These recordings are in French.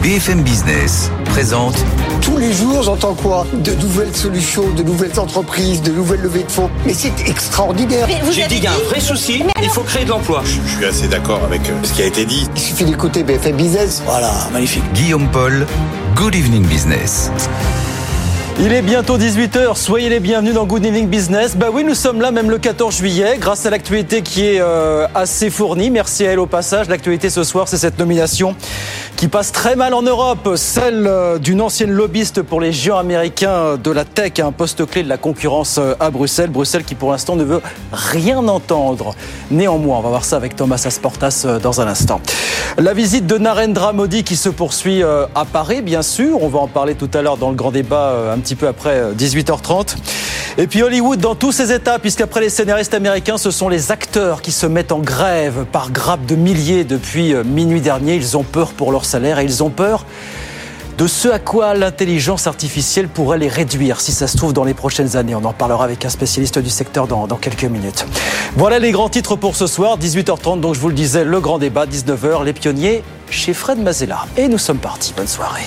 BFM Business présente. Tous les jours, j'entends quoi ? De nouvelles solutions, de nouvelles entreprises, de nouvelles levées de fonds. Mais c'est extraordinaire. J'ai dit qu'il y a un vrai souci, il faut créer de l'emploi. Je suis assez d'accord avec ce qui a été dit. Il suffit d'écouter BFM Business. Voilà, magnifique. Guillaume Paul, Good Evening Business. Il est bientôt 18h, soyez les bienvenus dans Good Evening Business. Bah oui, nous sommes là même le 14 juillet, grâce à l'actualité qui est assez fournie. Merci à elle au passage. L'actualité ce soir, c'est cette nomination qui passe très mal en Europe, celle d'une ancienne lobbyiste pour les géants américains de la tech, à un poste clé de la concurrence à Bruxelles. Bruxelles qui pour l'instant ne veut rien entendre. Néanmoins, on va voir ça avec Thomas Asportas dans un instant. La visite de Narendra Modi qui se poursuit à Paris, bien sûr. On va en parler tout à l'heure dans le grand débat un petit peu après 18h30. Et puis Hollywood dans tous ses états, puisqu'après les scénaristes américains, ce sont les acteurs qui se mettent en grève par grappes de milliers depuis minuit dernier. Ils ont peur pour leur salaire et ils ont peur de ce à quoi l'intelligence artificielle pourrait les réduire, si ça se trouve, dans les prochaines années. On en parlera avec un spécialiste du secteur dans quelques minutes. Voilà les grands titres pour ce soir, 18h30, donc je vous le disais, le grand débat, 19h, les pionniers chez Fred Mazella. Et nous sommes partis, bonne soirée.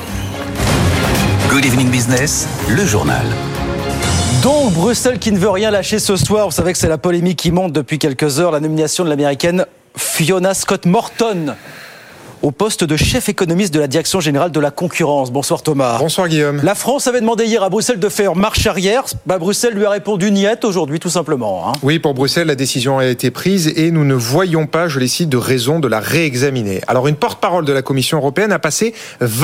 Good Evening Business, le journal. Donc, Bruxelles qui ne veut rien lâcher ce soir. Vous savez que c'est la polémique qui monte depuis quelques heures. La nomination de l'américaine Fiona Scott Morton au poste de chef économiste de la Direction générale de la concurrence. Bonsoir Thomas. Bonsoir Guillaume. La France avait demandé hier à Bruxelles de faire marche arrière. Bruxelles lui a répondu niet aujourd'hui, tout simplement. Oui, pour Bruxelles, la décision a été prise et nous ne voyons pas, je les cite, de raison de la réexaminer. Alors, une porte-parole de la Commission européenne a passé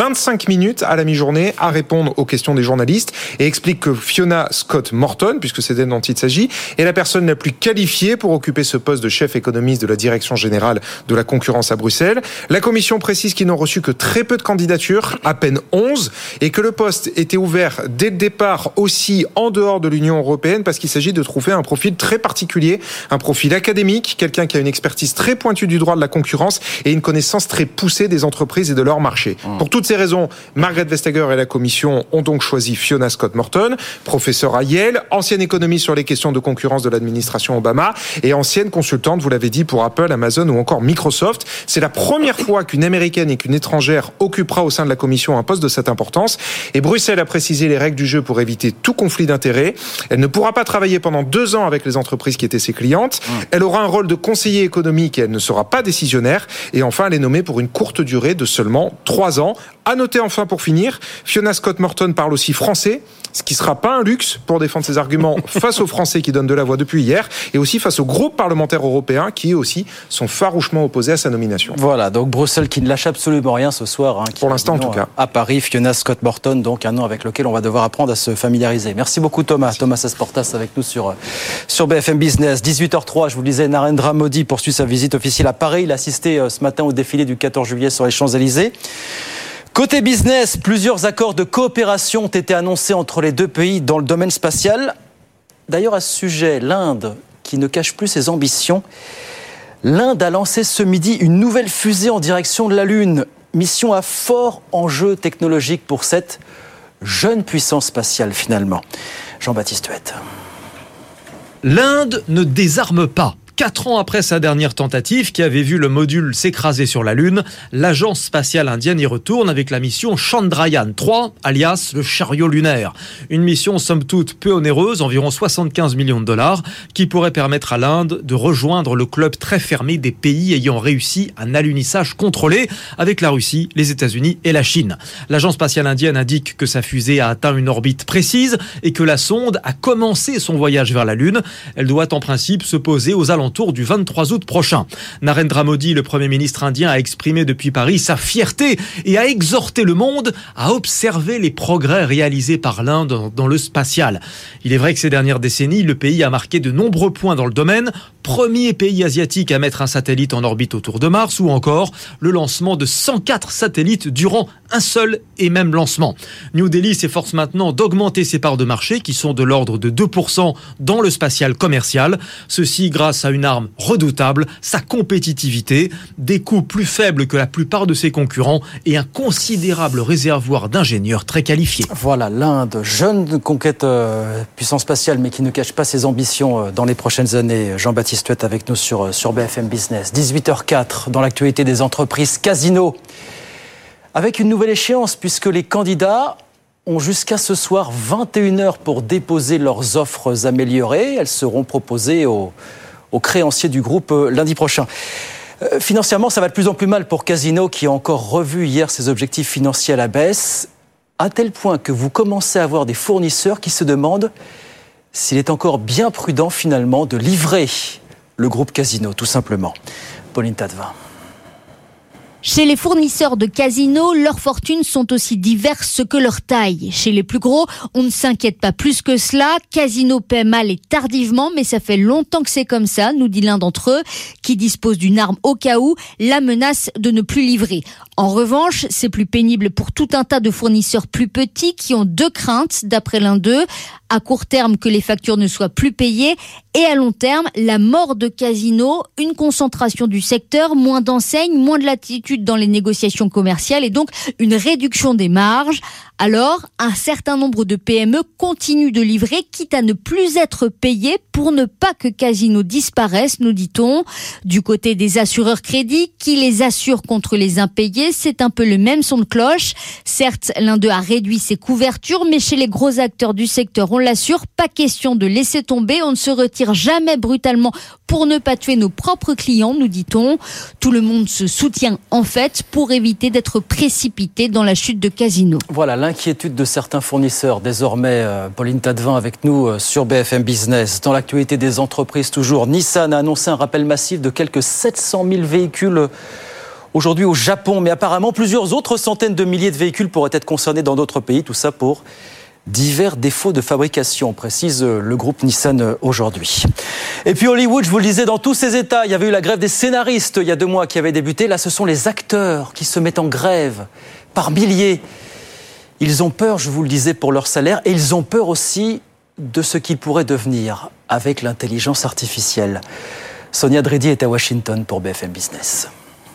25 minutes à la mi-journée à répondre aux questions des journalistes et explique que Fiona Scott Morton, puisque c'est d'elle dont il s'agit, est la personne la plus qualifiée pour occuper ce poste de chef économiste de la Direction générale de la concurrence à Bruxelles. La Commission précise qu'ils n'ont reçu que très peu de candidatures, à peine 11, et que le poste était ouvert dès le départ aussi en dehors de l'Union européenne parce qu'il s'agit de trouver un profil très particulier, un profil académique, quelqu'un qui a une expertise très pointue du droit de la concurrence et une connaissance très poussée des entreprises et de leur marché. Pour toutes ces raisons, Margrethe Vestager et la Commission ont donc choisi Fiona Scott Morton, professeure à Yale, ancienne économiste sur les questions de concurrence de l'administration Obama et ancienne consultante, vous l'avez dit, pour Apple, Amazon ou encore Microsoft. C'est la première fois qu'une américaine et qu'une étrangère occupera au sein de la Commission un poste de cette importance. Et Bruxelles a précisé les règles du jeu pour éviter tout conflit d'intérêts. Elle ne pourra pas travailler pendant 2 ans avec les entreprises qui étaient ses clientes. Elle aura un rôle de conseiller économique et elle ne sera pas décisionnaire. Et enfin, elle est nommée pour une courte durée de seulement 3 ans. À noter enfin pour finir, Fiona Scott Morton parle aussi français, ce qui ne sera pas un luxe pour défendre ses arguments face aux Français qui donnent de la voix depuis hier et aussi face aux groupes parlementaires européens qui eux aussi sont farouchement opposés à sa nomination. Voilà, donc Bruxelles qui ne lâche absolument rien ce soir. Pour l'instant en tout cas. À Paris, Fiona Scott Morton, donc un nom avec lequel on va devoir apprendre à se familiariser. Merci beaucoup Thomas. Merci. Thomas Asportas avec nous sur BFM Business. 18h03, je vous le disais, Narendra Modi poursuit sa visite officielle à Paris. Il a assisté ce matin au défilé du 14 juillet sur les Champs-Élysées. Côté business, plusieurs accords de coopération ont été annoncés entre les deux pays dans le domaine spatial. D'ailleurs, à ce sujet, l'Inde, qui ne cache plus ses ambitions, l'Inde a lancé ce midi une nouvelle fusée en direction de la Lune. Mission à fort enjeu technologique pour cette jeune puissance spatiale, finalement. Jean-Baptiste Huette. L'Inde ne désarme pas. 4 ans après sa dernière tentative, qui avait vu le module s'écraser sur la Lune, l'agence spatiale indienne y retourne avec la mission Chandrayaan-3, alias le chariot lunaire. Une mission somme toute peu onéreuse, environ 75 millions de dollars, qui pourrait permettre à l'Inde de rejoindre le club très fermé des pays ayant réussi un alunissage contrôlé avec la Russie, les États-Unis et la Chine. L'agence spatiale indienne indique que sa fusée a atteint une orbite précise et que la sonde a commencé son voyage vers la Lune. Elle doit en principe se poser aux alentours du 23 août prochain. Narendra Modi, le Premier ministre indien, a exprimé depuis Paris sa fierté et a exhorté le monde à observer les progrès réalisés par l'Inde dans le spatial. Il est vrai que ces dernières décennies, le pays a marqué de nombreux points dans le domaine. Premier pays asiatique à mettre un satellite en orbite autour de Mars, ou encore le lancement de 104 satellites durant un seul et même lancement. New Delhi s'efforce maintenant d'augmenter ses parts de marché, qui sont de l'ordre de 2% dans le spatial commercial. Ceci grâce à une arme redoutable, sa compétitivité, des coûts plus faibles que la plupart de ses concurrents et un considérable réservoir d'ingénieurs très qualifiés. Voilà, l'Inde, jeune conquête puissance spatiale, mais qui ne cache pas ses ambitions dans les prochaines années. Jean-Baptiste Huette avec nous sur BFM Business. 18h04, dans l'actualité des entreprises Casino avec une nouvelle échéance, puisque les candidats ont jusqu'à ce soir 21h pour déposer leurs offres améliorées. Elles seront proposées aux créanciers du groupe lundi prochain. Financièrement, ça va de plus en plus mal pour Casino, qui a encore revu hier ses objectifs financiers à la baisse, à tel point que vous commencez à avoir des fournisseurs qui se demandent s'il est encore bien prudent finalement de livrer le groupe Casino, tout simplement. Pauline Tadevin. Chez les fournisseurs de Casino, leurs fortunes sont aussi diverses que leur taille. Chez les plus gros, on ne s'inquiète pas plus que cela. Casino paie mal et tardivement, mais ça fait longtemps que c'est comme ça, nous dit l'un d'entre eux, qui dispose d'une arme au cas où, la menace de ne plus livrer. En revanche, c'est plus pénible pour tout un tas de fournisseurs plus petits qui ont deux craintes, d'après l'un d'eux. À court terme, que les factures ne soient plus payées, et à long terme, la mort de Casino, une concentration du secteur, moins d'enseignes, moins de latitude dans les négociations commerciales et donc une réduction des marges. Alors, un certain nombre de PME continuent de livrer, quitte à ne plus être payées pour ne pas que Casino disparaisse, nous dit-on. Du côté des assureurs crédits, qui les assurent contre les impayés, c'est un peu le même son de cloche. Certes, l'un d'eux a réduit ses couvertures, mais chez les gros acteurs du secteur, on l'assure, pas question de laisser tomber, on ne se retire jamais brutalement pour ne pas tuer nos propres clients, nous dit-on. Tout le monde se soutient en fait pour éviter d'être précipité dans la chute de Casino. Voilà l'inquiétude de certains fournisseurs. Désormais, Pauline Tadevin avec nous sur BFM Business. Dans l'actualité des entreprises toujours, Nissan a annoncé un rappel massif de quelques 700 000 véhicules aujourd'hui au Japon. Mais apparemment, plusieurs autres centaines de milliers de véhicules pourraient être concernés dans d'autres pays. Tout ça pour divers défauts de fabrication, précise le groupe Nissan aujourd'hui. Et puis Hollywood, je vous le disais, dans tous ses états, il y avait eu la grève des scénaristes il y a 2 mois qui avait débuté. Là, ce sont les acteurs qui se mettent en grève par milliers. Ils ont peur, je vous le disais, pour leur salaire, et ils ont peur aussi de ce qu'ils pourraient devenir avec l'intelligence artificielle. Sonia Dredi est à Washington pour BFM Business.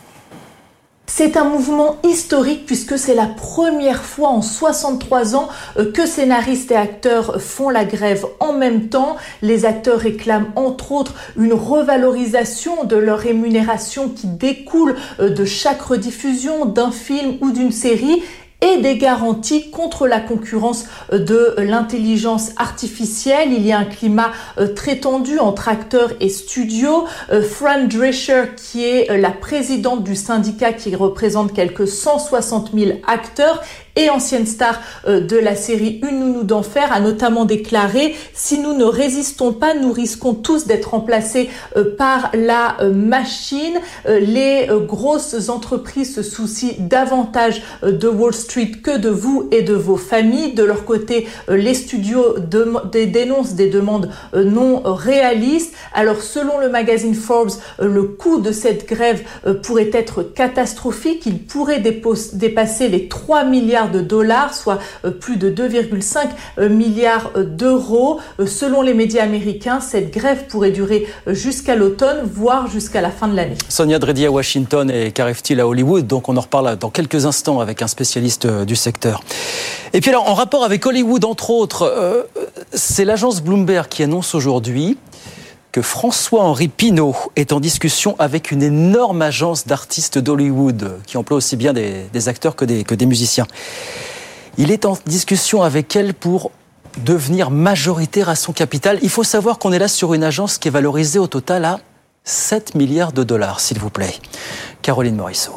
C'est un mouvement historique puisque c'est la première fois en 63 ans que scénaristes et acteurs font la grève en même temps. Les acteurs réclament entre autres une revalorisation de leur rémunération qui découle de chaque rediffusion d'un film ou d'une série, et des garanties contre la concurrence de l'intelligence artificielle. Il y a un climat très tendu entre acteurs et studios. Fran Drescher, qui est la présidente du syndicat qui représente quelques 160 000 acteurs et ancienne star de la série Une nounou d'enfer, a notamment déclaré « Si nous ne résistons pas, nous risquons tous d'être remplacés par la machine. Les grosses entreprises se soucient davantage de Wall Street que de vous et de vos familles. De leur côté, les studios dénoncent des demandes non réalistes. Alors, selon le magazine Forbes, le coût de cette grève pourrait être catastrophique. Il pourrait dépasser les 3 milliards de dollars, soit plus de 2,5 milliards d'euros. Selon les médias américains, cette grève pourrait durer jusqu'à l'automne, voire jusqu'à la fin de l'année. Sonia Dredi à Washington et qu'arrive-t-il à Hollywood? Donc on en reparle dans quelques instants avec un spécialiste du secteur. Et puis alors, en rapport avec Hollywood, entre autres, c'est l'agence Bloomberg qui annonce aujourd'hui que François-Henri Pinault est en discussion avec une énorme agence d'artistes d'Hollywood qui emploie aussi bien des acteurs que des musiciens. Il est en discussion avec elle pour devenir majoritaire à son capital. Il faut savoir qu'on est là sur une agence qui est valorisée au total à 7 milliards de dollars, s'il vous plaît. Caroline Morisseau.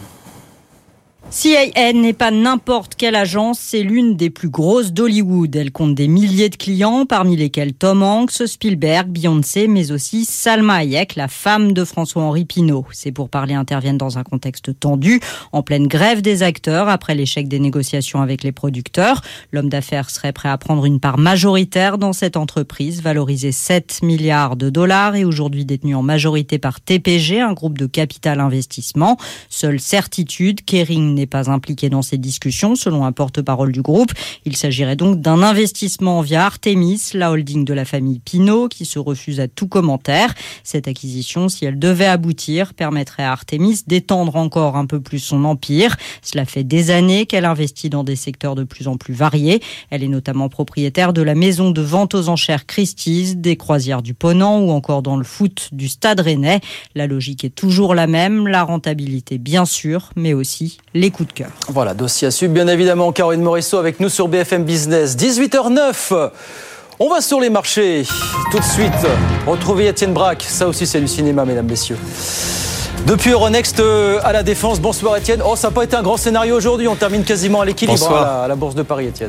CAN n'est pas n'importe quelle agence, c'est l'une des plus grosses d'Hollywood. Elle compte des milliers de clients, parmi lesquels Tom Hanks, Spielberg, Beyoncé, mais aussi Salma Hayek, la femme de François-Henri Pinault. Ces pourparlers interviennent dans un contexte tendu, en pleine grève des acteurs, après l'échec des négociations avec les producteurs. L'homme d'affaires serait prêt à prendre une part majoritaire dans cette entreprise, valorisée 7 milliards de dollars et aujourd'hui détenue en majorité par TPG, un groupe de capital investissement. Seule certitude, Kering n'est pas impliqué dans ces discussions, selon un porte-parole du groupe. Il s'agirait donc d'un investissement via Artemis, la holding de la famille Pinault, qui se refuse à tout commentaire. Cette acquisition, si elle devait aboutir, permettrait à Artemis d'étendre encore un peu plus son empire. Cela fait des années qu'elle investit dans des secteurs de plus en plus variés. Elle est notamment propriétaire de la maison de vente aux enchères Christie's, des croisières du Ponant ou encore dans le foot du Stade Rennais. La logique est toujours la même, la rentabilité bien sûr, mais aussi les les coups de cœur. Voilà, dossier à suivre, bien évidemment. Caroline Morisseau avec nous sur BFM Business. 18h09. On va sur les marchés. Tout de suite, retrouver Étienne Braque. Ça aussi, c'est du cinéma, mesdames, messieurs. Depuis Euronext à la Défense. Bonsoir, Étienne. Oh, ça n'a pas été un grand scénario aujourd'hui. On termine quasiment à l'équilibre à la Bourse de Paris, Étienne.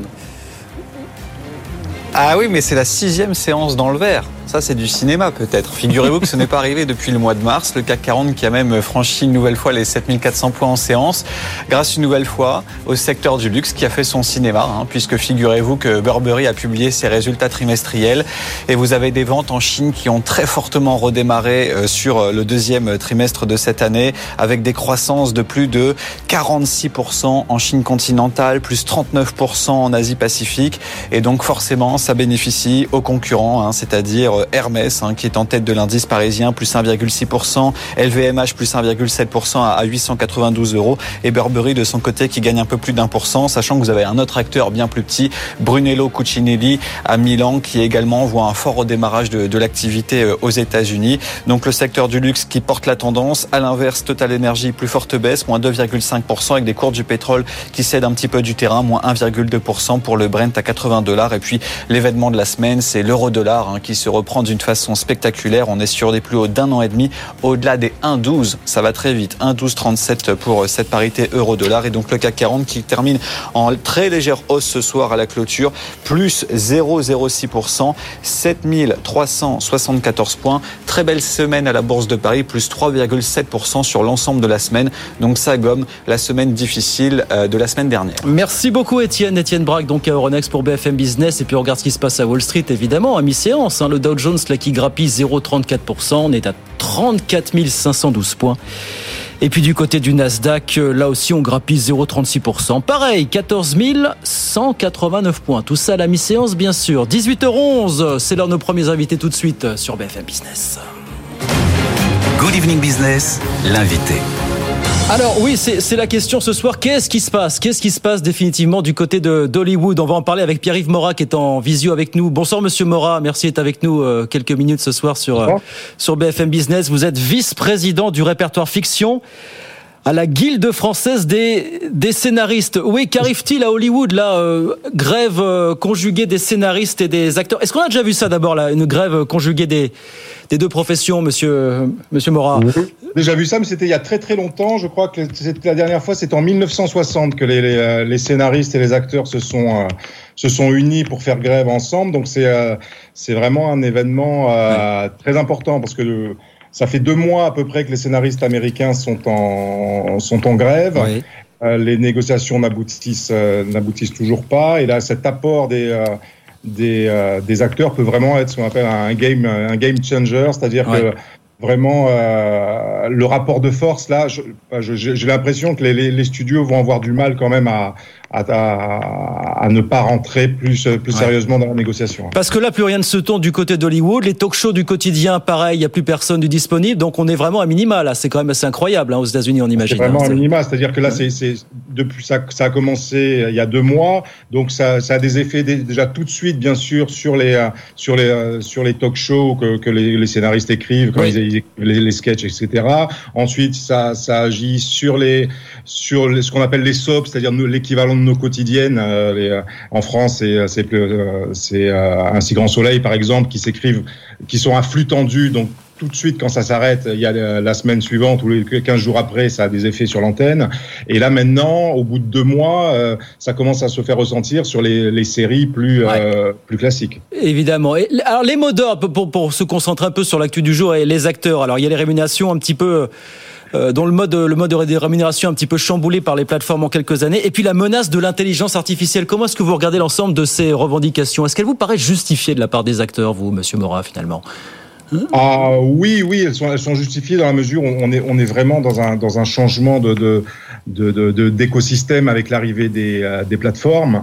Ah oui, mais c'est la 6e séance dans le vert. Ça, c'est du cinéma peut-être. Figurez-vous que ce n'est pas arrivé depuis le mois de mars. Le CAC 40 qui a même franchi une nouvelle fois les 7400 points en séance, grâce une nouvelle fois au secteur du luxe qui a fait son cinéma, puisque figurez-vous que Burberry a publié ses résultats trimestriels et vous avez des ventes en Chine qui ont très fortement redémarré sur le deuxième trimestre de cette année, avec des croissances de plus de 46% en Chine continentale, plus 39% en Asie-Pacifique, et donc forcément ça bénéficie aux concurrents, c'est-à-dire Hermès, qui est en tête de l'indice parisien, plus 1,6%, LVMH plus 1,7% à 892 €, et Burberry de son côté qui gagne un peu plus d'1%, sachant que vous avez un autre acteur bien plus petit, Brunello Cucinelli à Milan, qui également voit un fort redémarrage de l'activité aux États-Unis. Donc le secteur du luxe qui porte la tendance. À l'inverse, Total Energy, plus forte baisse, moins 2,5%, avec des cours du pétrole qui cèdent un petit peu du terrain, moins 1,2% pour le Brent à $80. Et puis l'événement de la semaine, c'est l'euro-dollar qui se reprend d'une façon spectaculaire. On est sur des plus hauts d'un an et demi, au-delà des 1,12. Ça va très vite. 1,1237 pour cette parité euro-dollar. Et donc le CAC 40 qui termine en très légère hausse ce soir à la clôture, plus 0,06%, 7374 points. Très belle semaine à la Bourse de Paris, plus 3,7% sur l'ensemble de la semaine. Donc ça gomme la semaine difficile de la semaine dernière. Merci beaucoup Étienne Braque, donc à Euronext pour BFM Business. Et puis on regarde ce qui se passe à Wall Street, évidemment, à mi-séance. Le Dow Jones là, qui grappille 0,34%, on est à 34 512 points. Et puis du côté du Nasdaq, là aussi on grappille 0,36%. Pareil, 14 189 points. Tout ça à la mi-séance, bien sûr. 18h11, c'est l'heure de nos premiers invités tout de suite sur BFM Business. Good Evening Business, l'invité. Alors oui, c'est la question ce soir. Qu'est-ce qui se passe définitivement du côté d'Hollywood? On va en parler avec Pierre-Yves Morat qui est en visio avec nous. Bonsoir Monsieur Morat, merci d'être avec nous quelques minutes ce soir sur BFM Business. Vous êtes vice-président du répertoire fiction à la Guilde française des scénaristes. Oui, qu'arrive-t-il à Hollywood là, grève conjuguée des scénaristes et des acteurs? Est-ce qu'on a déjà vu ça d'abord là, une grève conjuguée des deux professions, Monsieur Morat? Déjà vu ça, mais c'était il y a très très longtemps. Je crois que c'était la dernière fois, c'était en 1960 que les scénaristes et les acteurs se sont unis pour faire grève ensemble. Donc c'est vraiment un événement très important parce que ça fait 2 mois à peu près que les scénaristes américains sont en grève. Oui. Les négociations n'aboutissent toujours pas. Et là, cet apport des acteurs peut vraiment être ce qu'on appelle un game changer, c'est-à-dire que vraiment le rapport de force là, j'ai l'impression que les studios vont avoir du mal quand même à ne pas rentrer plus sérieusement dans la négociation. Parce que là, plus rien ne se tourne du côté d'Hollywood. Les talk-shows du quotidien, pareil, il n'y a plus personne du disponible. Donc on est vraiment à minima là. C'est quand même assez incroyable aux États-Unis, on imagine. C'est vraiment à minima, c'est-à-dire que là, c'est depuis ça a commencé il y a 2 mois. Donc ça a des effets déjà tout de suite, bien sûr, sur les talk-shows que les scénaristes écrivent, quand ils écrivent les sketchs, etc. Ensuite, ça agit sur ce qu'on appelle les soaps, c'est-à-dire l'équivalent de nos quotidiennes. En France, c'est Un si grand soleil, par exemple, qui sont à flux tendu. Donc tout de suite, quand ça s'arrête, il y a la semaine suivante ou les 15 jours après, ça a des effets sur l'antenne. Et là, maintenant, au bout de 2 mois, ça commence à se faire ressentir sur les séries plus classiques. Évidemment. Et, alors, les mots d'ordre, pour se concentrer un peu sur l'actu du jour, et les acteurs. Alors, il y a les rémunérations un petit peu dont le mode de rémunération un petit peu chamboulé par les plateformes en quelques années, et puis la menace de l'intelligence artificielle. Comment est-ce que vous regardez l'ensemble de ces revendications? Est-ce qu'elles vous paraissent justifiées de la part des acteurs, vous, Monsieur Morat, finalement? Oui, elles sont justifiées dans la mesure où on est vraiment dans un changement d'écosystème avec l'arrivée des plateformes,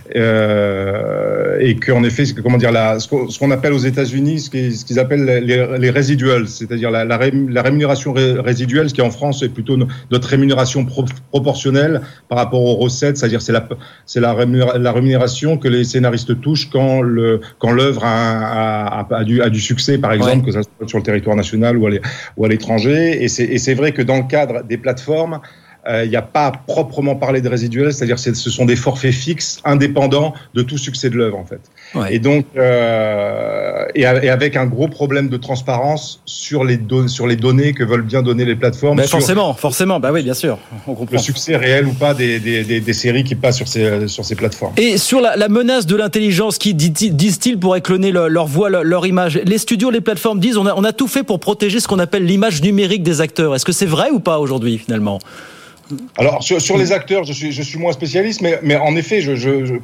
et qu'en effet, ce qu'on appelle aux États-Unis, ce qu'ils appellent les residuals, c'est-à-dire la rémunération résiduelle, ce qui en France est plutôt notre rémunération proportionnelle par rapport aux recettes, c'est-à-dire c'est la rémunération que les scénaristes touchent quand l'œuvre a du succès, par exemple. Que ça soit sur le territoire national ou à l'étranger. Et c'est vrai que dans le cadre des plateformes, il n'y a pas à proprement parler de résiduel, c'est-à-dire ce sont des forfaits fixes, indépendants de tout succès de l'œuvre en fait. Ouais. Et donc, et avec un gros problème de transparence sur les données que veulent bien donner les plateformes. Ben forcément, bah oui, bien sûr, on comprend. Le succès réel ou pas des séries qui passent sur ces plateformes. Et sur la menace de l'intelligence qui, disent-ils, pourrait cloner leur voix, leur image. Les studios, les plateformes disent on a tout fait pour protéger ce qu'on appelle l'image numérique des acteurs. Est-ce que c'est vrai ou pas aujourd'hui finalement ? Alors sur les acteurs, je suis moins spécialiste, mais en effet, je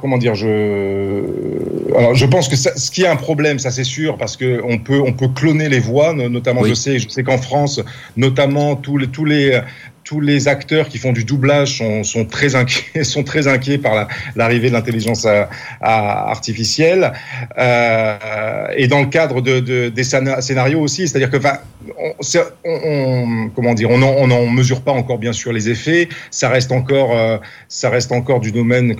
pense que ce qui est un problème, ça c'est sûr, parce que on peut cloner les voix, notamment. Oui. Je sais qu'en France, notamment tous les acteurs qui font du doublage sont très inquiets par l'arrivée de l'intelligence artificielle, et dans le cadre des scénarios aussi, c'est-à-dire que on n'en mesure pas encore bien sûr les effets, ça reste encore du domaine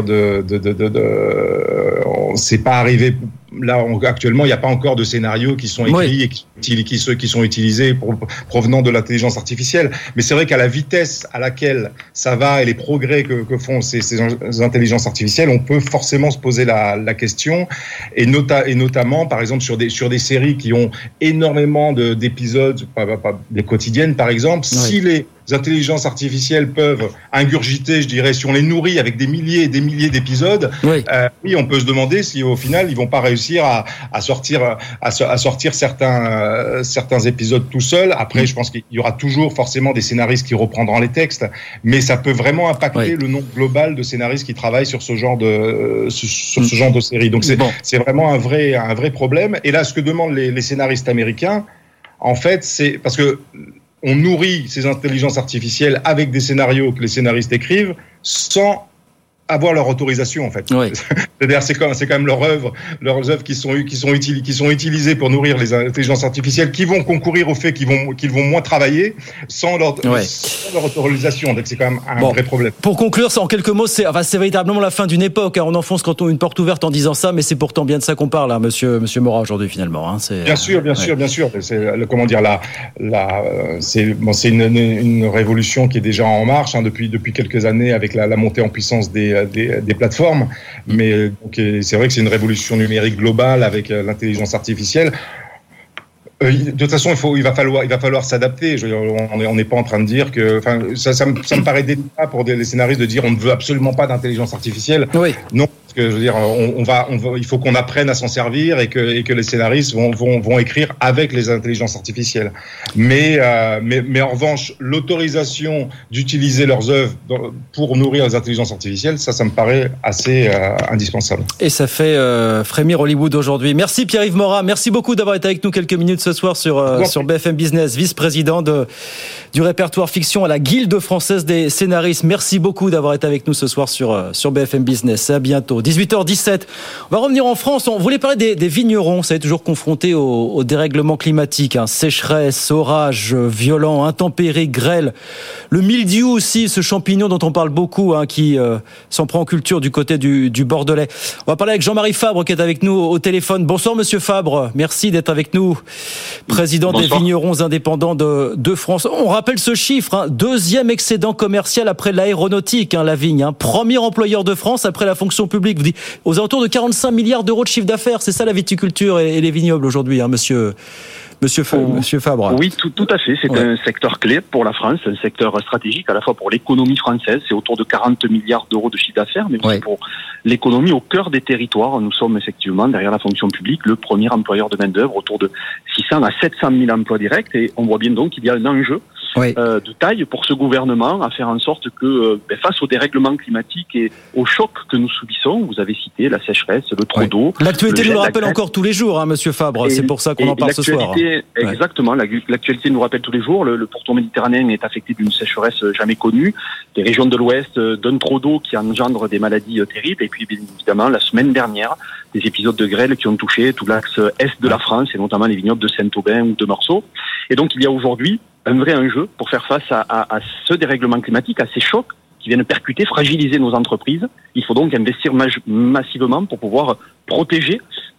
c'est pas arrivé. Là, actuellement, il n'y a pas encore de scénarios qui sont écrits et qui sont utilisés provenant de l'intelligence artificielle. Mais c'est vrai qu'à la vitesse à laquelle ça va et les progrès que font ces intelligences artificielles, on peut forcément se poser la question. Et notamment, par exemple, sur des séries qui ont énormément d'épisodes, pas des quotidiennes, par exemple, si les intelligences artificielles peuvent ingurgiter, je dirais, si on les nourrit avec des milliers et des milliers d'épisodes, oui, on peut se demander si au final ils vont pas réussir à sortir certains épisodes tout seuls. Après, je pense qu'il y aura toujours forcément des scénaristes qui reprendront les textes, mais ça peut vraiment impacter le nombre global de scénaristes qui travaillent sur ce genre de série. Donc c'est vraiment un vrai problème. Et là, ce que demandent les scénaristes américains, en fait, c'est parce que on nourrit ces intelligences artificielles avec des scénarios que les scénaristes écrivent sans avoir leur autorisation en fait. Oui. C'est-à-dire c'est quand même leurs œuvres qui sont utilisées pour nourrir les intelligences artificielles qui vont concourir au fait qu'ils vont moins travailler sans leur autorisation. Donc c'est quand même un vrai problème. Pour conclure, en quelques mots, c'est véritablement la fin d'une époque. On enfonce une porte ouverte en disant ça, mais c'est pourtant bien de ça qu'on parle, monsieur Morat, aujourd'hui finalement. Bien sûr. C'est une révolution qui est déjà en marche depuis quelques années avec la montée en puissance des plateformes, mais donc, c'est vrai que c'est une révolution numérique globale avec l'intelligence artificielle. De toute façon, il va falloir s'adapter. On n'est pas en train de dire que, ça me paraît délicat pour les scénaristes de dire on ne veut absolument pas d'intelligence artificielle. Oui. Non. Parce que je veux dire, il faut qu'on apprenne à s'en servir et que les scénaristes vont écrire avec les intelligences artificielles. Mais en revanche, l'autorisation d'utiliser leurs œuvres pour nourrir les intelligences artificielles, ça me paraît assez indispensable. Et ça fait frémir Hollywood aujourd'hui. Merci Pierre-Yves Morat, merci beaucoup d'avoir été avec nous quelques minutes ce soir sur BFM Business, vice-président du répertoire fiction à la Guilde française des scénaristes. Merci beaucoup d'avoir été avec nous ce soir sur BFM Business. À bientôt. 18h17. On va revenir en France. On voulait parler des vignerons. Vous savez, toujours confrontés au dérèglement climatique. Sécheresse, orages violents, intempéries, grêle. Le mildiou aussi, ce champignon dont on parle beaucoup, qui s'en prend en culture du côté du Bordelais. On va parler avec Jean-Marie Fabre qui est avec nous au téléphone. Bonsoir Monsieur Fabre. Merci d'être avec nous. Président des vignerons indépendants de France. On rappelle ce chiffre. Deuxième excédent commercial après l'aéronautique, la vigne. Premier employeur de France après la fonction publique. Vous dites aux alentours de 45 milliards d'euros de chiffre d'affaires. C'est ça la viticulture et les vignobles aujourd'hui, monsieur Fabre. Oui, tout à fait. C'est un secteur clé pour la France, un secteur stratégique à la fois pour l'économie française. C'est autour de 40 milliards d'euros de chiffre d'affaires, mais aussi pour l'économie au cœur des territoires. Nous sommes effectivement, derrière la fonction publique, le premier employeur de main-d'œuvre, autour de 600 à 700 000 emplois directs. Et on voit bien donc qu'il y a un enjeu de taille pour ce gouvernement à faire en sorte que, face au dérèglement climatique et au choc que nous subissons, vous avez cité la sécheresse, le trop d'eau. L'actualité nous le rappelle encore tous les jours, monsieur Fabre. C'est pour ça qu'on en parle ce soir. Exactement. L'actualité nous rappelle tous les jours. Le pourtour méditerranéen est affecté d'une sécheresse jamais connue. Les régions de l'Ouest donnent trop d'eau qui engendre des maladies terribles. Et puis, bien évidemment, la semaine dernière, des épisodes de grêle qui ont touché tout l'axe est de la France et notamment les vignobles de Saint-Aubin ou de Meursault. Et donc, il y a aujourd'hui un vrai enjeu pour faire face à ce dérèglement climatique, à ces chocs qui viennent percuter, fragiliser nos entreprises. Il faut donc investir massivement pour pouvoir protéger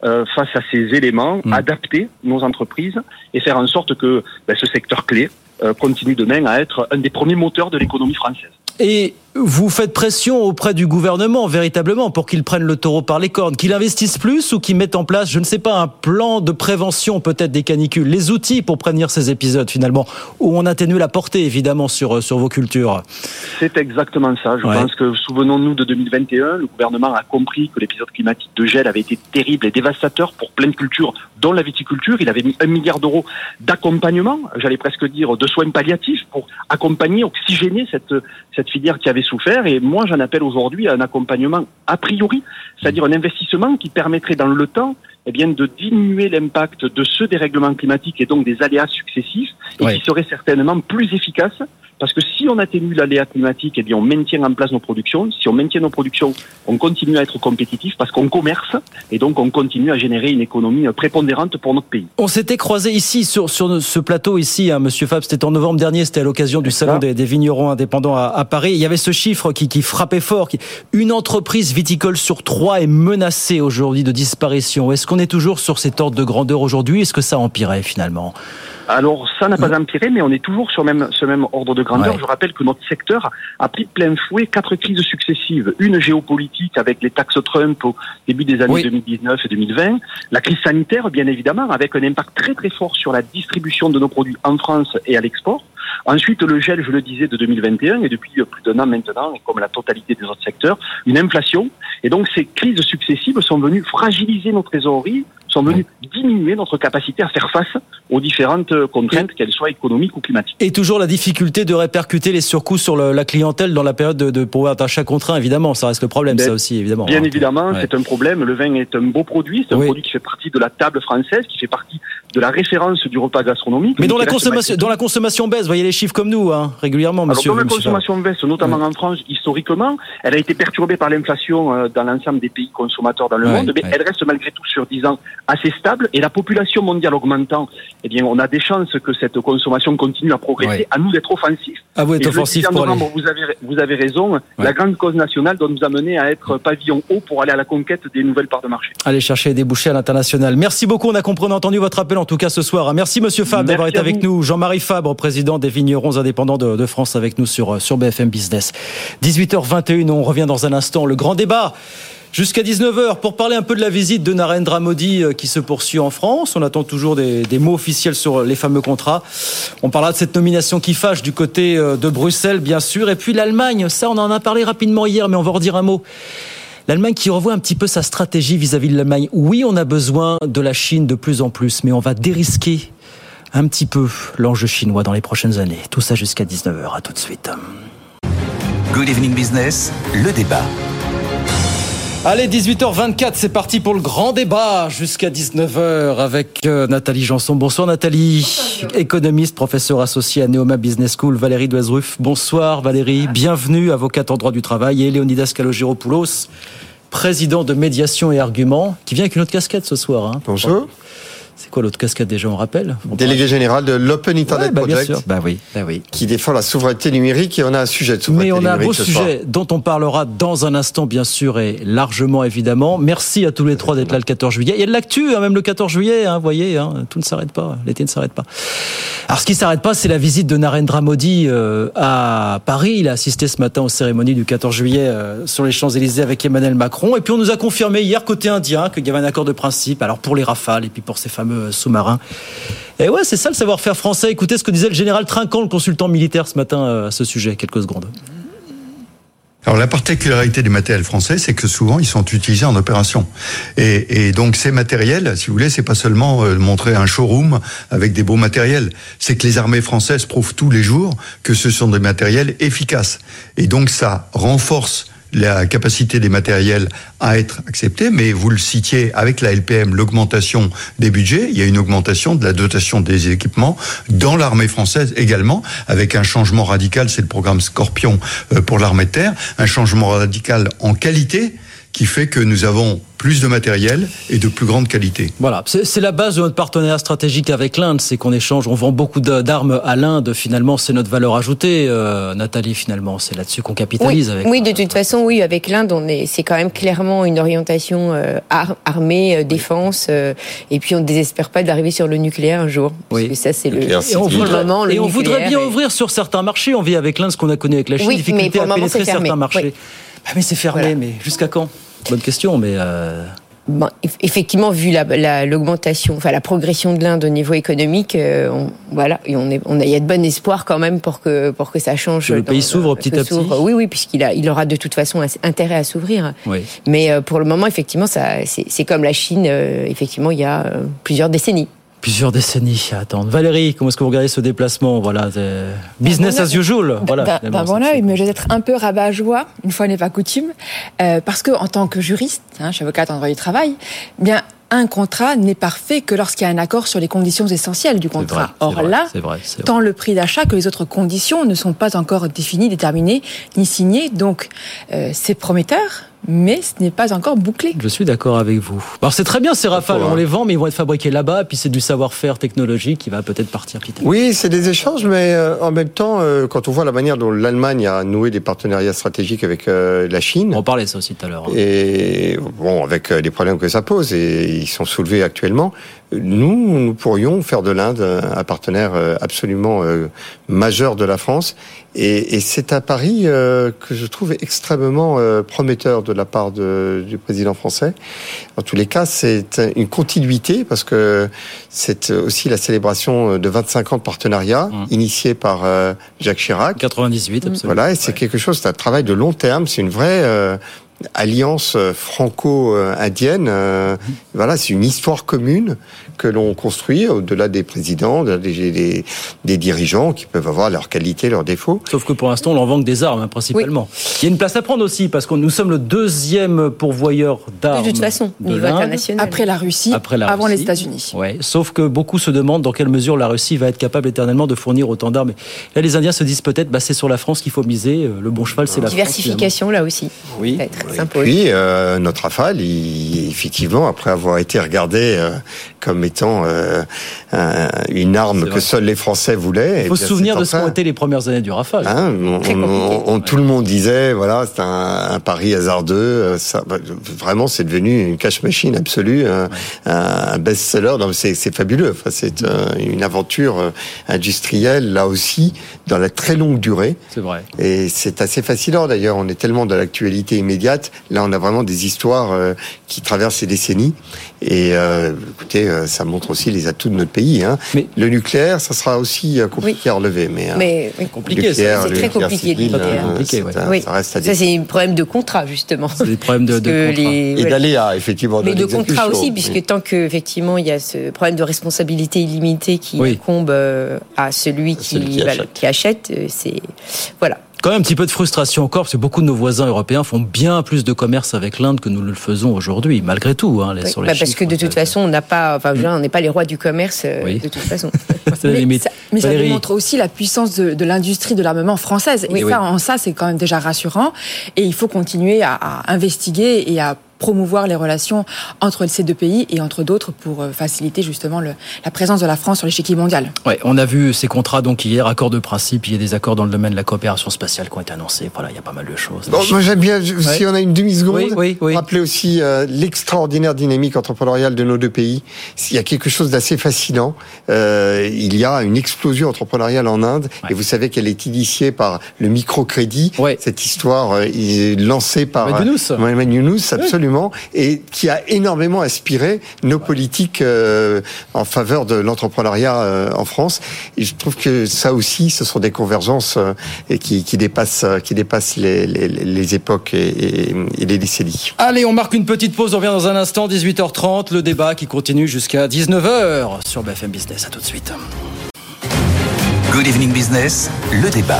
face à ces éléments, adapter nos entreprises et faire en sorte que ce secteur clé continue demain à être un des premiers moteurs de l'économie française. Et vous faites pression auprès du gouvernement, véritablement, pour qu'il prenne le taureau par les cornes, qu'il investisse plus ou qu'il mette en place, je ne sais pas, un plan de prévention peut-être des canicules, les outils pour prévenir ces épisodes finalement, où on atténue la portée évidemment sur vos cultures. C'est exactement ça. Je pense que, souvenons-nous de 2021, le gouvernement a compris que l'épisode climatique de gel avait été terrible et dévastateur pour plein de cultures, dont la viticulture. Il avait mis 1 milliard d'euros d'accompagnement, j'allais presque dire de soins palliatifs, pour accompagner, oxygéner cette filière qui avait souffert. Et moi, j'en appelle aujourd'hui à un accompagnement a priori, c'est-à-dire un investissement qui permettrait dans le temps de diminuer l'impact de ce dérèglement climatique et donc des aléas successifs et qui serait certainement plus efficace. Parce que si on atténue l'aléa climatique, on maintient en place nos productions. Si on maintient nos productions, on continue à être compétitif parce qu'on commerce et donc on continue à générer une économie prépondérante pour notre pays. On s'était croisé ici, sur ce plateau ici, Monsieur Fabre, c'était en novembre dernier, c'était à l'occasion du salon des vignerons indépendants à Paris. Il y avait ce chiffre qui frappait fort. Une entreprise viticole sur 3 est menacée aujourd'hui de disparition. Est-ce qu'on est toujours sur cet ordre de grandeur aujourd'hui? Est-ce que ça a empiré finalement? Alors, ça n'a pas empiré, mais on est toujours sur ce même ordre de grandeur. Je rappelle que notre secteur a pris de plein fouet 4 crises successives. Une géopolitique avec les taxes Trump au début des années 2019 et 2020. La crise sanitaire, bien évidemment, avec un impact très très fort sur la distribution de nos produits en France et à l'export. Ensuite, le gel, je le disais, de 2021, et depuis plus d'1 an maintenant, et comme la totalité des autres secteurs, une inflation. Et donc, ces crises successives sont venues fragiliser nos trésoreries, sont venues diminuer notre capacité à faire face aux différentes contraintes, qu'elles soient économiques ou climatiques. Et toujours la difficulté de répercuter les surcoûts sur la clientèle dans la période de pouvoir d'achat contraint, évidemment. Ça reste le problème, ça aussi, évidemment. Bien évidemment, c'est un problème. Le vin est un beau produit, c'est un produit qui fait partie de la table française, qui fait partie de la référence du repas gastronomique. Mais dont la consommation baisse, voyez les chiffres comme nous, régulièrement, monsieur. Alors, dans la consommation baisse, notamment en France, historiquement, elle a été perturbée par l'inflation dans l'ensemble des pays consommateurs dans le monde, mais elle reste malgré tout sur 10 ans assez stable, et la population mondiale augmentant, on a des chances que cette consommation continue à progresser, à nous d'être offensifs. À vous d'être offensifs pour aller. Vous avez raison, la grande cause nationale doit nous amener à être pavillon haut pour aller à la conquête des nouvelles parts de marché. Aller chercher des débouchés à l'international. Merci beaucoup, on a compris, on a entendu votre appel en tout cas ce soir. Merci Monsieur Fabre d'avoir été avec nous. Jean-Marie Fabre, président des vignerons indépendants de France, avec nous sur BFM Business. 18h21, on revient dans un instant. Le grand débat jusqu'à 19h pour parler un peu de la visite de Narendra Modi qui se poursuit en France. On attend toujours des mots officiels sur les fameux contrats. On parlera de cette nomination qui fâche du côté de Bruxelles, bien sûr. Et puis l'Allemagne, ça on en a parlé rapidement hier, mais on va en redire un mot. L'Allemagne qui revoit un petit peu sa stratégie vis-à-vis de l'Allemagne. Oui, on a besoin de la Chine de plus en plus, mais on va dérisquer un petit peu l'enjeu chinois dans les prochaines années. Tout ça jusqu'à 19h. À tout de suite. Good Evening Business, le débat. Allez, 18h24, c'est parti pour le grand débat jusqu'à 19h avec Nathalie Janson. Bonsoir Nathalie, économiste, professeure associée à Neoma Business School. Valérie Doisruf, bonsoir Valérie, bienvenue, avocate en droit du travail. Et Léonidas Kalogeropoulos, président de Médiation et Arguments, qui vient avec une autre casquette ce soir. Bonjour. C'est quoi l'autre casquette déjà, on rappelle? Délégué général de l'Open Internet Project. Bien sûr. Oui. Qui défend la souveraineté numérique, et on a un sujet de souveraineté numérique. Mais on a un beau sujet dont on parlera dans un instant, bien sûr, et largement, évidemment. Merci à tous les trois d'être là le 14 juillet. Il y a de l'actu, même le 14 juillet, vous voyez, tout ne s'arrête pas, l'été ne s'arrête pas. Alors, ce qui ne s'arrête pas, c'est la visite de Narendra Modi à Paris. Il a assisté ce matin aux cérémonies du 14 juillet sur les Champs-Élysées avec Emmanuel Macron. Et puis, on nous a confirmé hier, côté indien, qu'il y avait un accord de principe, alors pour les Rafales et puis pour ces fameux sous-marins. Et ouais, c'est ça le savoir-faire français. Écoutez ce que disait le général Trinquant, le consultant militaire, ce matin à ce sujet. Quelques secondes. Alors la particularité des matériels français, c'est que souvent ils sont utilisés en opération. Et donc ces matériels, si vous voulez, c'est pas seulement montrer un showroom avec des beaux matériels. C'est que les armées françaises prouvent tous les jours que ce sont des matériels efficaces. Et donc ça renforce la capacité des matériels à être acceptés, mais vous le citiez avec la LPM, l'augmentation des budgets, il y a une augmentation de la dotation des équipements dans l'armée française également, avec un changement radical, c'est le programme Scorpion pour l'armée de terre, un changement radical en qualité, qui fait que nous avons plus de matériel et de plus grande qualité. Voilà, c'est la base de notre partenariat stratégique avec l'Inde, c'est qu'on échange, on vend beaucoup d'armes à l'Inde, finalement c'est notre valeur ajoutée, Nathalie, finalement, c'est là-dessus qu'on capitalise. Oui, de toute façon, oui, avec l'Inde, c'est quand même clairement une orientation armée, défense, et puis on ne désespère pas d'arriver sur le nucléaire un jour, parce que ça c'est on voudrait bien ouvrir sur certains marchés, on vit avec l'Inde ce qu'on a connu avec la Chine, difficulté à pénétrer certains marchés. Oui. Ah, mais c'est fermé, mais jusqu'à quand ? Bonne question, mais... Bon, effectivement, vu l'augmentation, enfin la progression de l'Inde au niveau économique, il y a de bon espoir quand même pour que ça change. Que le pays s'ouvre petit à petit. Oui, puisqu'il aura de toute façon intérêt à s'ouvrir. Oui. Mais pour le moment, effectivement, c'est comme la Chine. Effectivement, il y a plusieurs décennies. Plusieurs décennies à attendre. Valérie, comment est-ce que vous regardez ce déplacement ? Voilà, business as usual. Voilà, d'un bon œil, mais je vais être un peu rabat-joie, une fois n'est pas coutume, parce que en tant que juriste, je suis avocate en droit du travail, bien un contrat n'est parfait que lorsqu'il y a un accord sur les conditions essentielles du contrat. Or là, tant le prix d'achat que les autres conditions ne sont pas encore définies, déterminées, ni signées, donc c'est prometteur. Mais ce n'est pas encore bouclé. Je suis d'accord avec vous. Alors c'est très bien ces Rafales, on les vend, mais ils vont être fabriqués là-bas, puis c'est du savoir-faire technologique qui va peut-être partir petit à petit. Oui, c'est des échanges, mais en même temps, quand on voit la manière dont l'Allemagne a noué des partenariats stratégiques avec la Chine... On parlait de ça aussi tout à l'heure. Et bon, avec les problèmes que ça pose, et ils sont soulevés actuellement, nous pourrions faire de l'Inde un partenaire absolument majeur de la France. Et c'est un pari que je trouve extrêmement prometteur de la part du président français. En tous les cas, c'est une continuité parce que c'est aussi la célébration de 25 ans de partenariat initié par Jacques Chirac. 98, absolument. Voilà, et c'est quelque chose, c'est un travail de long terme, c'est une vraie alliance franco-indienne. Voilà, c'est une histoire commune que l'on construit au-delà des présidents, au-delà des dirigeants qui peuvent avoir leurs qualités, leurs défauts. Sauf que pour l'instant, on leur vend que des armes, principalement. Oui. Il y a une place à prendre aussi, parce que nous sommes le deuxième pourvoyeur d'armes. De toute façon, au niveau international. Après la Russie, avant les États-Unis. Ouais. Sauf que beaucoup se demandent dans quelle mesure la Russie va être capable éternellement de fournir autant d'armes. Et là, les Indiens se disent peut-être, c'est sur la France qu'il faut miser. Le bon cheval, c'est la France. Diversification, là aussi. Oui. Puis, notre Rafale, effectivement, après avoir été regardé comme étant une arme que seuls les Français voulaient. Il faut se souvenir de ce qu'ont été les premières années du Rafale. Tout le monde disait, voilà, c'est un pari hasardeux. Vraiment, c'est devenu une cash machine absolue, un best-seller. C'est fabuleux. Enfin, c'est une aventure industrielle, là aussi, dans la très longue durée. C'est vrai. Et c'est assez fascinant, d'ailleurs. On est tellement dans l'actualité immédiate. Là, on a vraiment des histoires qui traversent les décennies. Et écoutez, ça montre aussi les atouts de notre pays. Mais le nucléaire, ça sera aussi compliqué à relever. Mais compliqué, c'est très compliqué. Ça reste à dire. Ça, c'est un problème de contrat, justement. C'est des problèmes de contrat. Et d'aléa, effectivement. Mais de contrat aussi, puisque tant qu'effectivement, il y a ce problème de responsabilité illimitée qui incombe à celui qui achète, c'est... Voilà. Quand même un petit peu de frustration encore, parce que beaucoup de nos voisins européens font bien plus de commerce avec l'Inde que nous le faisons aujourd'hui, malgré tout. Sur les parce que de toute façon, on n'est pas les rois du commerce, de toute façon. Mais ça démontre aussi la puissance de l'industrie de l'armement française. Et en ça, c'est quand même déjà rassurant. Et il faut continuer à investiguer et à promouvoir les relations entre ces deux pays et entre d'autres pour faciliter justement la présence de la France sur l'échiquier mondial. Ouais, on a vu ces contrats donc hier, accords de principe, il y a des accords dans le domaine de la coopération spatiale qui ont été annoncés. Voilà, il y a pas mal de choses. Bon, moi j'aime bien, si on a une demi-seconde, rappeler aussi l'extraordinaire dynamique entrepreneuriale de nos deux pays. Il y a quelque chose d'assez fascinant. Il y a une explosion entrepreneuriale en Inde et vous savez qu'elle est initiée par le microcrédit. Cette histoire lancée par Mohamed Younous, absolument. Et qui a énormément inspiré nos politiques en faveur de l'entrepreneuriat en France. Et je trouve que ça aussi, ce sont des convergences qui dépassent les époques et les décennies. Allez, on marque une petite pause, on revient dans un instant, 18h30, le débat qui continue jusqu'à 19h sur BFM Business. À tout de suite. Good Evening Business, le débat.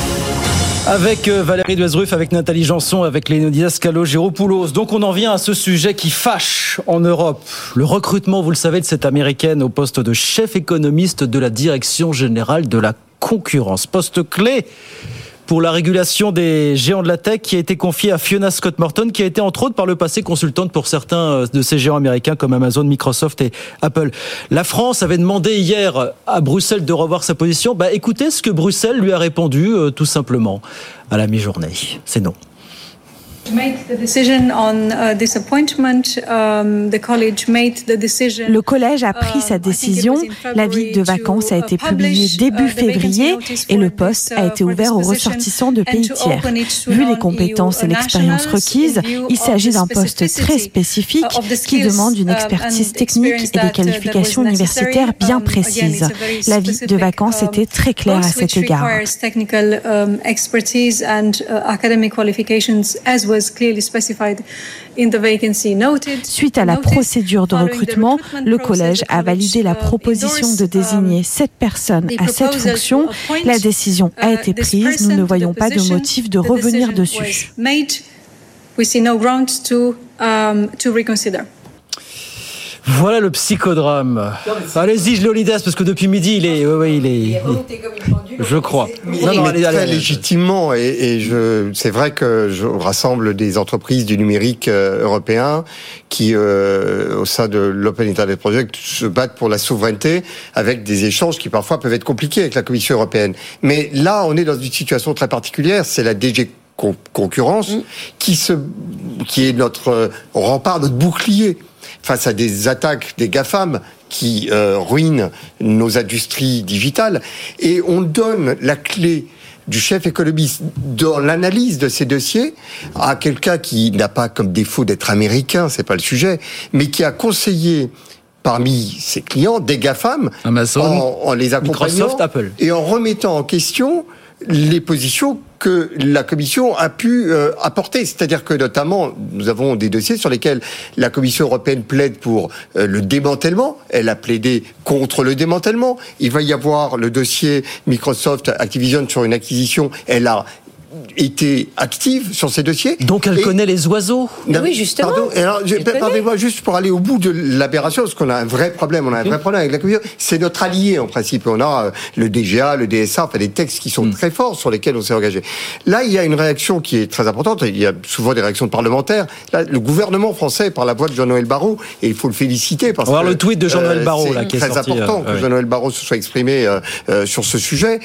Avec Valérie Duesruf, avec Nathalie Janson, avec Léonidas Kalogéropoulos. Donc on en vient à ce sujet qui fâche en Europe. Le recrutement, vous le savez, de cette américaine au poste de chef économiste de la Direction Générale de la Concurrence. Poste clé pour la régulation des géants de la tech qui a été confiée à Fiona Scott Morton, qui a été entre autres par le passé consultante pour certains de ces géants américains comme Amazon, Microsoft et Apple. La France avait demandé hier à Bruxelles de revoir sa position. Écoutez ce que Bruxelles lui a répondu tout simplement à la mi-journée. C'est non. Le collège a pris sa décision. L'avis de vacances a été publié début février et le poste a été ouvert aux ressortissants de pays tiers. Vu les compétences et l'expérience requises, il s'agit d'un poste très spécifique qui demande une expertise technique et des qualifications universitaires bien précises. L'avis de vacances était très clair à cet égard. Suite à la procédure de recrutement, le collège a validé la proposition de désigner 7 personnes à cette fonction. La décision a été prise. Nous ne voyons pas de motif de revenir dessus. Voilà le psychodrame. Allez-y, je Léonidas, parce que depuis midi, il est je crois. Très légitimement, c'est vrai que je rassemble des entreprises du numérique européen qui, au sein de l'Open Internet Project, se battent pour la souveraineté avec des échanges qui parfois peuvent être compliqués avec la Commission européenne. Mais là, on est dans une situation très particulière, c'est la DG Concurrence qui est notre rempart, notre bouclier face à des attaques des GAFAM qui ruinent nos industries digitales. Et on donne la clé du chef économiste dans l'analyse de ces dossiers à quelqu'un qui n'a pas comme défaut d'être américain, c'est pas le sujet, mais qui a conseillé parmi ses clients des GAFAM, Amazon, en les accompagnant, Microsoft, Apple, et en remettant en question les positions que la Commission a pu apporter. C'est-à-dire que notamment, nous avons des dossiers sur lesquels la Commission européenne plaide pour le démantèlement. Elle a plaidé contre le démantèlement. Il va y avoir le dossier Microsoft Activision sur une acquisition. Elle a été active sur ces dossiers. Donc elle connaît les oiseaux. Oui, justement. Pardonnez-moi, juste pour aller au bout de l'aberration, parce qu'on a un vrai problème. On a un vrai problème avec la Commission. C'est notre allié, en principe. On a le DGA, le DSA, enfin des textes qui sont très forts sur lesquels on s'est engagé. Là, il y a une réaction qui est très importante. Il y a souvent des réactions de parlementaires. Là, le gouvernement français, par la voix de Jean-Noël Barrot, et il faut le féliciter parce que... On va voir le tweet de Jean-Noël Barrot, là, qui est très sorti, important que Jean-Noël Barrot se soit exprimé sur ce sujet.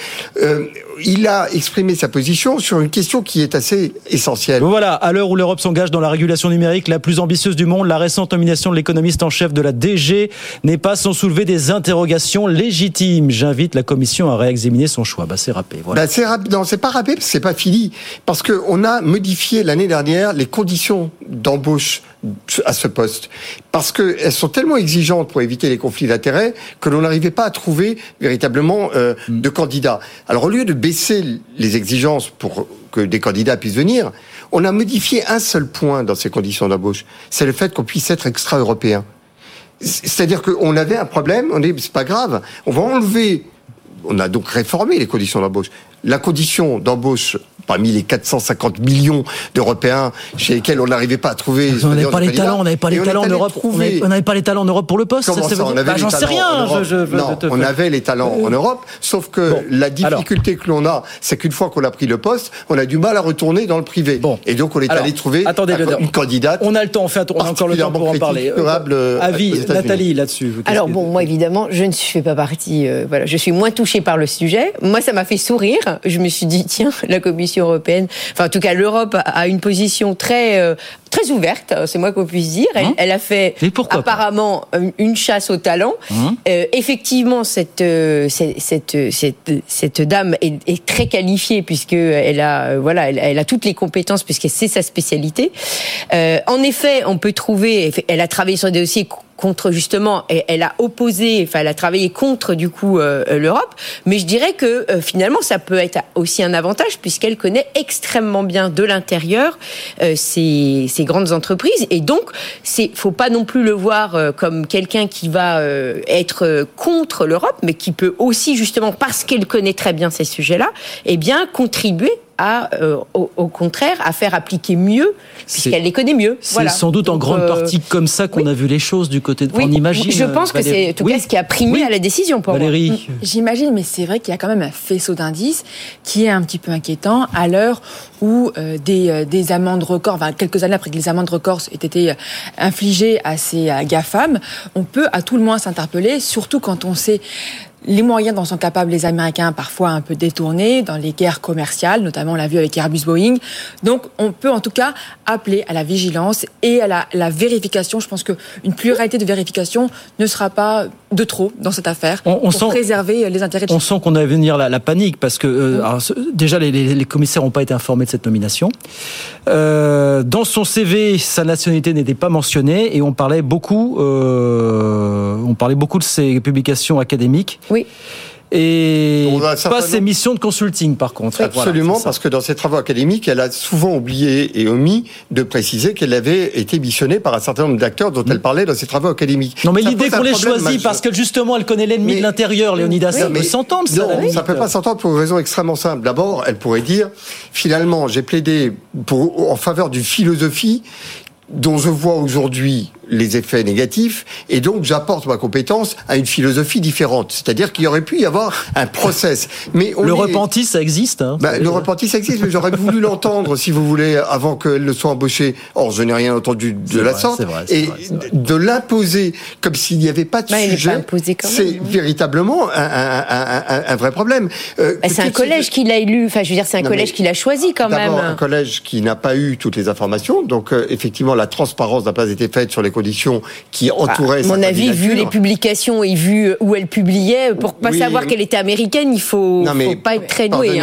Il a exprimé sa position sur une question qui est assez essentielle. Voilà, à l'heure où l'Europe s'engage dans la régulation numérique la plus ambitieuse du monde, la récente nomination de l'économiste en chef de la DG n'est pas sans soulever des interrogations légitimes. J'invite la Commission à réexaminer son choix. C'est râpé. Voilà. Non, c'est pas râpé, parce que c'est pas fini. Parce qu'on a modifié l'année dernière les conditions d'embauche à ce poste. Parce qu'elles sont tellement exigeantes pour éviter les conflits d'intérêts que l'on n'arrivait pas à trouver véritablement de candidats. Alors au lieu de baisser les exigences pour que des candidats puissent venir, on a modifié un seul point dans ces conditions d'embauche. C'est le fait qu'on puisse être extra-européen. C'est-à-dire qu'on avait un problème, c'est pas grave, on va enlever, on a donc réformé les conditions d'embauche. La condition d'embauche parmi les 450 millions d'Européens chez lesquels on n'arrivait pas à trouver... On n'avait pas les talents, on n'avait pas les talents en Europe. On n'avait pas les talents en Europe pour le poste. Comment ça, on avait j'en sais rien. Non, on avait les talents en Europe, sauf que la difficulté que l'on a, c'est qu'une fois qu'on a pris le poste, on a du mal à retourner dans le privé. Et donc on est allé trouver une candidate. On a le temps, on a encore le temps pour en parler. Avis, Nathalie, là-dessus. Alors bon, moi évidemment, je ne fais pas partie. Voilà, je suis moins touchée par le sujet. Moi, ça m'a fait sourire. Je me suis dit, tiens, la Commission européenne, enfin en tout cas l'Europe a une position très ouverte, c'est moi qu'on puisse dire. Elle a fait apparemment une chasse au talent. Effectivement, cette dame est très qualifiée puisque elle a toutes les compétences puisque c'est sa spécialité. En effet, on peut trouver. Elle a travaillé sur des dossiers contre justement, elle a travaillé contre du coup l'Europe, mais je dirais que finalement ça peut être aussi un avantage puisqu'elle connaît extrêmement bien de l'intérieur ces grandes entreprises et donc faut pas non plus le voir comme quelqu'un qui va être contre l'Europe, mais qui peut aussi justement parce qu'elle connaît très bien ces sujets-là, contribuer au contraire, à faire appliquer mieux, puisqu'elle les connaît mieux. C'est sans doute en grande partie comme ça qu'on a vu les choses du côté de... Oui, on imagine, je pense que c'est en tout cas ce qui a primé à la décision pour Valérie. moi. J'imagine, mais c'est vrai qu'il y a quand même un faisceau d'indices qui est un petit peu inquiétant à l'heure où des amendes records, quelques années après que les amendes records aient été infligées à ces GAFAM, on peut à tout le moins s'interpeller, surtout quand on sait les moyens dont sont capables les Américains, parfois un peu détournés, dans les guerres commerciales, notamment on l'a vu avec Airbus-Boeing. Donc on peut en tout cas appeler à la vigilance et à la vérification. Je pense qu'une pluralité de vérifications ne sera pas de trop dans cette affaire pour préserver les intérêts de On sent qu'on a venir la panique, parce que alors, déjà les commissaires n'ont pas été informés de cette nomination. Dans son CV, sa nationalité n'était pas mentionnée, et on parlait beaucoup de ses publications académiques. Oui. Et pas ses missions de consulting, par contre. Absolument, voilà, parce que dans ses travaux académiques, elle a souvent oublié et omis de préciser qu'elle avait été missionnée par un certain nombre d'acteurs dont elle parlait dans ses travaux académiques. Non, mais l'idée qu'on les choisit parce que justement elle connaît l'ennemi de l'intérieur, Léonidas, ça peut s'entendre. Non, ça peut pas s'entendre pour une raison extrêmement simple. D'abord, elle pourrait dire, finalement, j'ai plaidé en faveur d'une philosophie dont je vois aujourd'hui les effets négatifs, et donc j'apporte ma compétence à une philosophie différente. C'est-à-dire qu'il y aurait pu y avoir un process. Mais le repenti, ça existe. Le repenti, ça existe, mais j'aurais voulu l'entendre, si vous voulez, avant qu'elle ne soit embauchée. Or, je n'ai rien entendu de la sorte. Et de l'imposer comme s'il n'y avait pas de sujet, c'est véritablement un vrai problème. C'est un collège qui l'a élu, enfin je veux dire, c'est un collège qui l'a choisi quand même. D'abord, un collège qui n'a pas eu toutes les informations, donc effectivement, la transparence n'a pas été faite sur les conditions qui entouraient sa candidature. À mon avis, vu les publications et vu où elle publiait, pour pas savoir qu'elle était américaine, il faut pas être très doué.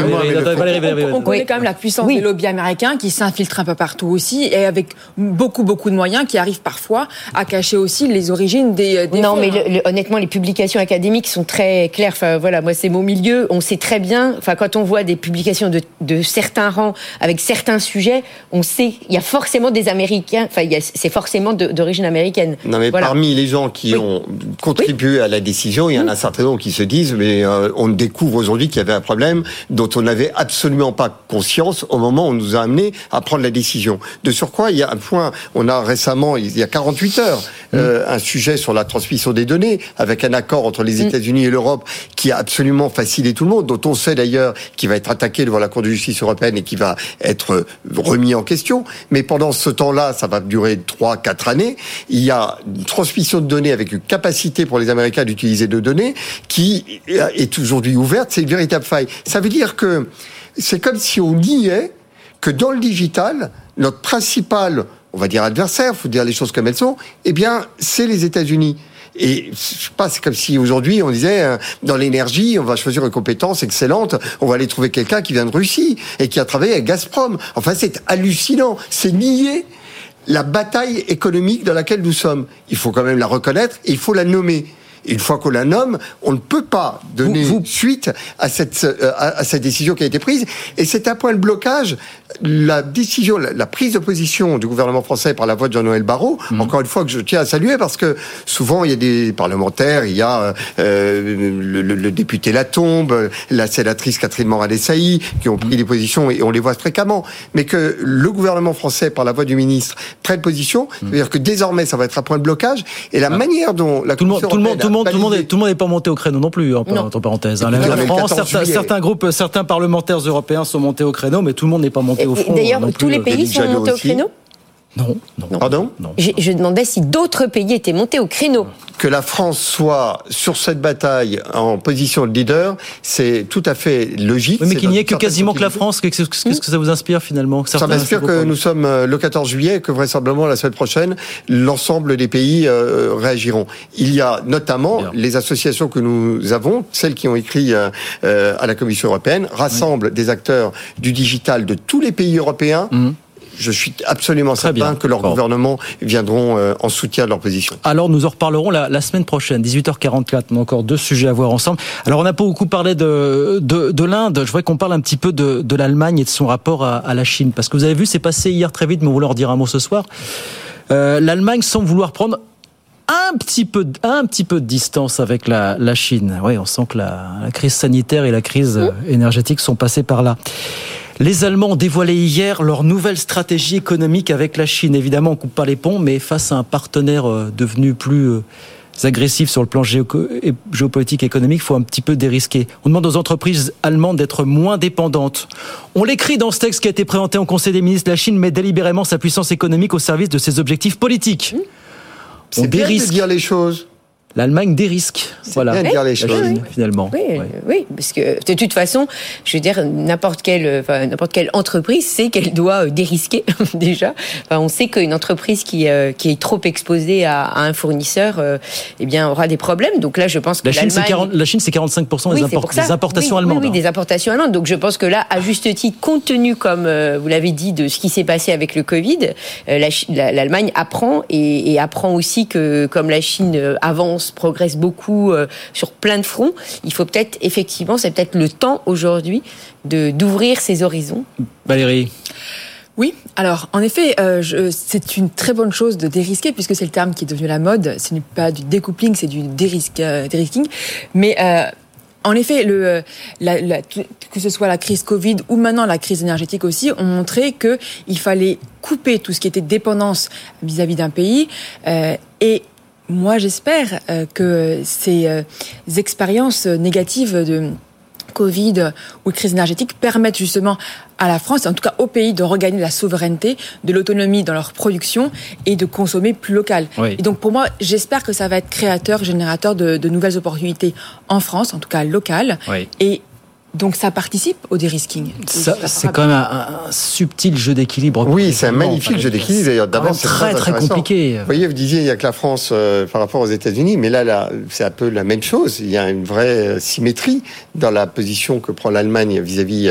On connaît quand même la puissance des lobbies américains qui s'infiltrent un peu partout aussi, et avec beaucoup de moyens qui arrivent parfois à cacher aussi les origines des non, fonds. Mais honnêtement, les publications académiques sont très claires. Enfin, voilà, moi, c'est mon milieu. On sait très bien, enfin, quand on voit des publications de certains rangs avec certains sujets, on sait, il y a forcément des Américains, enfin, c'est forcément d'origine américaine. Non, mais parmi les gens qui ont contribué à la décision, il y en a un certain nombre qui se disent, mais on découvre aujourd'hui qu'il y avait un problème dont on n'avait absolument pas conscience au moment où on nous a amené à prendre la décision. De surcroît, il y a un point, on a récemment, il y a 48 heures, un sujet sur la transmission des données, avec un accord entre les États-Unis et l'Europe qui a absolument fasciné tout le monde, dont on sait d'ailleurs qu'il va être attaqué devant la Cour de justice européenne et qui va être remis en question. Mais pendant ce temps-là, ça va durer 3-4 années. Il y a une transmission de données avec une capacité pour les Américains d'utiliser de données qui est aujourd'hui ouverte. C'est une véritable faille. Ça veut dire que c'est comme si on niait que dans le digital, notre principal, on va dire adversaire, faut dire les choses comme elles sont, eh bien, c'est les États-Unis. Et je sais pas, c'est comme si aujourd'hui on disait dans l'énergie, on va choisir une compétence excellente, on va aller trouver quelqu'un qui vient de Russie et qui a travaillé avec Gazprom. Enfin, c'est hallucinant, c'est nier la bataille économique dans laquelle nous sommes. Il faut quand même la reconnaître et il faut la nommer. Et une fois qu'on la nomme, on ne peut pas donner suite à cette décision qui a été prise. Et c'est un point de blocage. La décision, la prise de position du gouvernement français par la voix de Jean-Noël Barrot, encore une fois que je tiens à saluer, parce que souvent il y a des parlementaires, il y a le député Latombe, la sénatrice Catherine Morin-Desailly, qui ont pris des positions et on les voit fréquemment. Mais que le gouvernement français, par la voix du ministre, prenne position, c'est-à-dire que désormais ça va être un point de blocage. Et la manière dont la Commission européenne tout le monde n'est pas monté au créneau non plus, entre parenthèses. La France, certains groupes, certains parlementaires européens sont montés au créneau, mais tout le monde n'est pas monté au front. D'ailleurs, tous les pays sont montés au créneau ? Non. Pardon ? Je demandais si d'autres pays étaient montés au créneau. Que la France soit sur cette bataille en position de leader, c'est tout à fait logique. Oui, mais qu'il n'y ait que quasiment que la France, qu'est-ce que ça vous inspire finalement ? Ça m'inspire que nous sommes le 14 juillet et que vraisemblablement la semaine prochaine, l'ensemble des pays réagiront. Il y a notamment les associations que nous avons, celles qui ont écrit à la Commission européenne, rassemblent des acteurs du digital de tous les pays européens. Je suis absolument certain que leurs gouvernements viendront en soutien de leur position. Alors nous en reparlerons la semaine prochaine, 18h44. On a encore 2 sujets à voir ensemble. Alors on n'a pas beaucoup parlé de l'Inde. Je voudrais qu'on parle un petit peu de l'Allemagne et de son rapport à la Chine. Parce que vous avez vu, c'est passé hier très vite, mais on voulait en redire un mot ce soir. L'Allemagne semble vouloir prendre un petit peu de distance avec la Chine. Oui, on sent que la crise sanitaire et la crise énergétique sont passées par là. Les Allemands ont dévoilé hier leur nouvelle stratégie économique avec la Chine. Évidemment, on ne coupe pas les ponts, mais face à un partenaire devenu plus agressif sur le plan géopolitique et économique, il faut un petit peu dérisquer. On demande aux entreprises allemandes d'être moins dépendantes. On l'écrit dans ce texte qui a été présenté au Conseil des ministres. La Chine met délibérément sa puissance économique au service de ses objectifs politiques. C'est bien de dire les choses. L'Allemagne dérisque. Voilà. Bien de dire les choses. Finalement. Oui, parce que de toute façon, je veux dire, n'importe quelle entreprise sait qu'elle doit dérisquer déjà. Enfin, on sait qu'une entreprise qui est trop exposée à un fournisseur, eh bien, aura des problèmes. Donc là, je pense que la Chine, c'est 45% des importations allemandes. Oui, des importations allemandes. Donc je pense que là, à juste titre, compte tenu, comme vous l'avez dit, de ce qui s'est passé avec le Covid, l'Allemagne apprend et apprend aussi que comme la Chine progresse beaucoup sur plein de fronts. Il faut peut-être, effectivement, c'est peut-être le temps aujourd'hui d'ouvrir ses horizons. Valérie. Oui, alors en effet, c'est une très bonne chose de dérisquer puisque c'est le terme qui est devenu la mode. Ce n'est pas du découpling, c'est du dérisking. Mais en effet, que ce soit la crise Covid ou maintenant la crise énergétique aussi, ont montré qu'il fallait couper tout ce qui était dépendance vis-à-vis d'un pays et moi, j'espère que ces expériences négatives de Covid ou de crise énergétique permettent justement à la France, en tout cas au pays, de regagner la souveraineté, de l'autonomie dans leur production et de consommer plus local. Oui. Et donc pour moi, j'espère que ça va être générateur de nouvelles opportunités en France, en tout cas locales. Oui. Et donc ça participe au dérisking. C'est quand même un subtil jeu d'équilibre. Oui, c'est un magnifique jeu d'équilibre. D'ailleurs, d'abord, c'est très compliqué. Vous voyez, vous disiez il y a que la France par rapport aux États-Unis, mais là, c'est un peu la même chose. Il y a une vraie symétrie dans la position que prend l'Allemagne vis-à-vis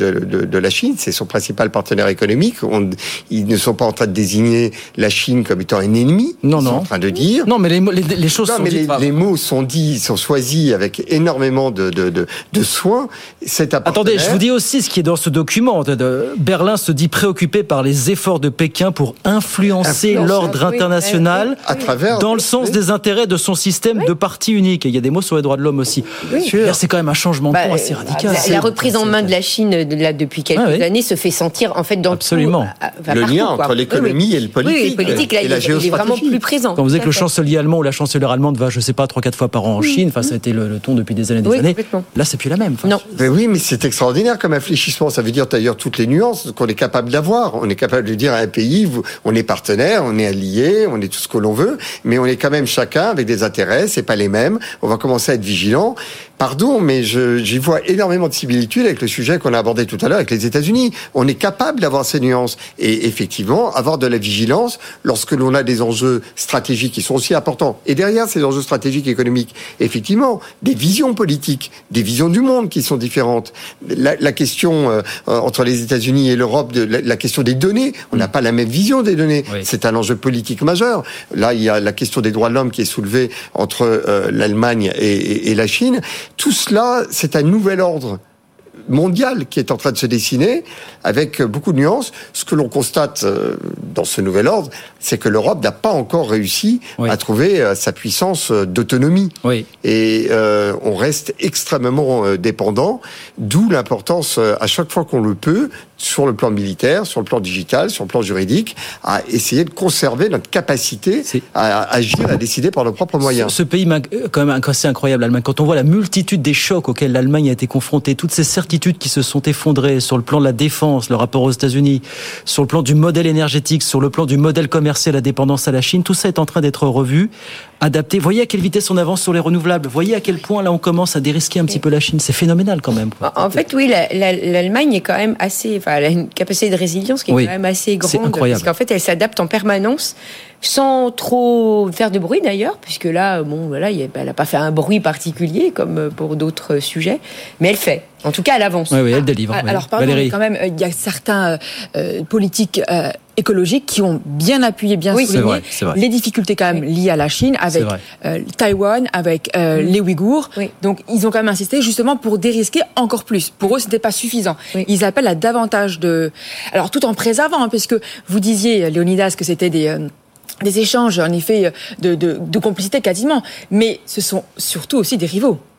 de la Chine. C'est son principal partenaire économique. Ils ne sont pas en train de désigner la Chine comme étant un ennemi. Non. Ils sont en train de dire. Non, mais les choses sont dites. Les mots sont choisis avec énormément de soin. Attendez, je vous dis aussi ce qui est dans ce document. Berlin se dit préoccupé par les efforts de Pékin pour influencer l'ordre international dans le sens des intérêts de son système de parti unique. Et il y a des mots sur les droits de l'homme aussi. C'est quand même un changement de ton assez radical. La reprise en main de la Chine là, depuis quelques années se fait sentir en fait dans Absolument. Tout. Le lien entre l'économie et le politique. Oui, le politique, là, il est vraiment plus présent. Quand vous êtes le chancelier allemand ou la chancelière allemande va, je sais pas, 3-4 fois par an en Chine, ça a été le ton depuis des années. Là, c'est plus la même. Non. Oui, mais c'est extraordinaire comme infléchissement. Ça veut dire d'ailleurs toutes les nuances qu'on est capable d'avoir. On est capable de dire à un pays, on est partenaire, on est allié, on est tout ce que l'on veut, mais on est quand même chacun avec des intérêts, c'est pas les mêmes. On va commencer à être vigilant. Pardon, mais j'y vois énormément de similitudes avec le sujet qu'on a abordé tout à l'heure avec les États-Unis. On est capable d'avoir ces nuances et effectivement avoir de la vigilance lorsque l'on a des enjeux stratégiques qui sont aussi importants. Et derrière ces enjeux stratégiques et économiques, effectivement, des visions politiques, des visions du monde qui sont différentes. La question entre les États-Unis et l'Europe, la question des données, on n'a pas la même vision des données. Oui. C'est un enjeu politique majeur. Là, il y a la question des droits de l'homme qui est soulevée entre l'Allemagne et la Chine. Tout cela, c'est un nouvel ordre mondial qui est en train de se dessiner avec beaucoup de nuances. Ce que l'on constate dans ce nouvel ordre, c'est que l'Europe n'a pas encore réussi à trouver sa puissance d'autonomie. Oui. Et on reste extrêmement dépendant, d'où l'importance, à chaque fois qu'on le peut, sur le plan militaire, sur le plan digital, sur le plan juridique, à essayer de conserver notre capacité à agir, à décider par nos propres moyens. Ce pays, quand même, c'est incroyable, l'Allemagne. Quand on voit la multitude des chocs auxquels l'Allemagne a été confrontée, toutes ces certitudes qui se sont effondrées sur le plan de la défense, le rapport aux États-Unis, sur le plan du modèle énergétique, sur le plan du modèle commercial, la dépendance à la Chine, tout ça est en train d'être revu, adapté. Voyez à quelle vitesse on avance sur les renouvelables. Voyez à quel point là on commence à dérisquer un petit peu la Chine. C'est phénoménal quand même. En fait, oui, l'Allemagne est quand même assez, elle a une capacité de résilience qui est quand même assez grande. C'est incroyable. Parce qu'en fait, elle s'adapte en permanence, sans trop faire de bruit d'ailleurs, puisque là, elle n'a pas fait un bruit particulier comme pour d'autres sujets, mais elle fait. En tout cas, elle avance. Oui, elle délivre. Alors, pardon, mais quand même, il y a certains politiques écologiques qui ont bien appuyé, bien souligné c'est vrai. Les difficultés quand même liées à la Chine, avec Taïwan, avec les Ouïghours. Oui. Donc, ils ont quand même insisté justement pour dérisquer encore plus. Pour eux, c'était pas suffisant. Oui. Ils appellent à davantage alors, tout en préservant, puisque vous disiez, Léonidas, que c'était des échanges, en effet, de complicité quasiment. Mais ce sont surtout aussi des rivaux.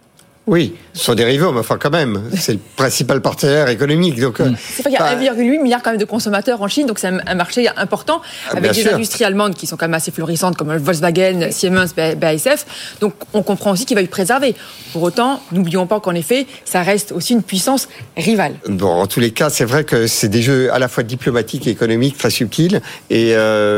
Oui, ce sont des rivaux, mais enfin quand même, c'est le principal partenaire économique. Donc, c'est vrai qu'il y a 1,8 milliard quand même de consommateurs en Chine, donc c'est un marché important, avec des industries allemandes qui sont quand même assez florissantes, comme Volkswagen, Siemens, BASF. Donc on comprend aussi qu'il va y préserver. Pour autant, n'oublions pas qu'en effet, ça reste aussi une puissance rivale. Bon, en tous les cas, c'est vrai que c'est des jeux à la fois diplomatiques et économiques très subtils. Et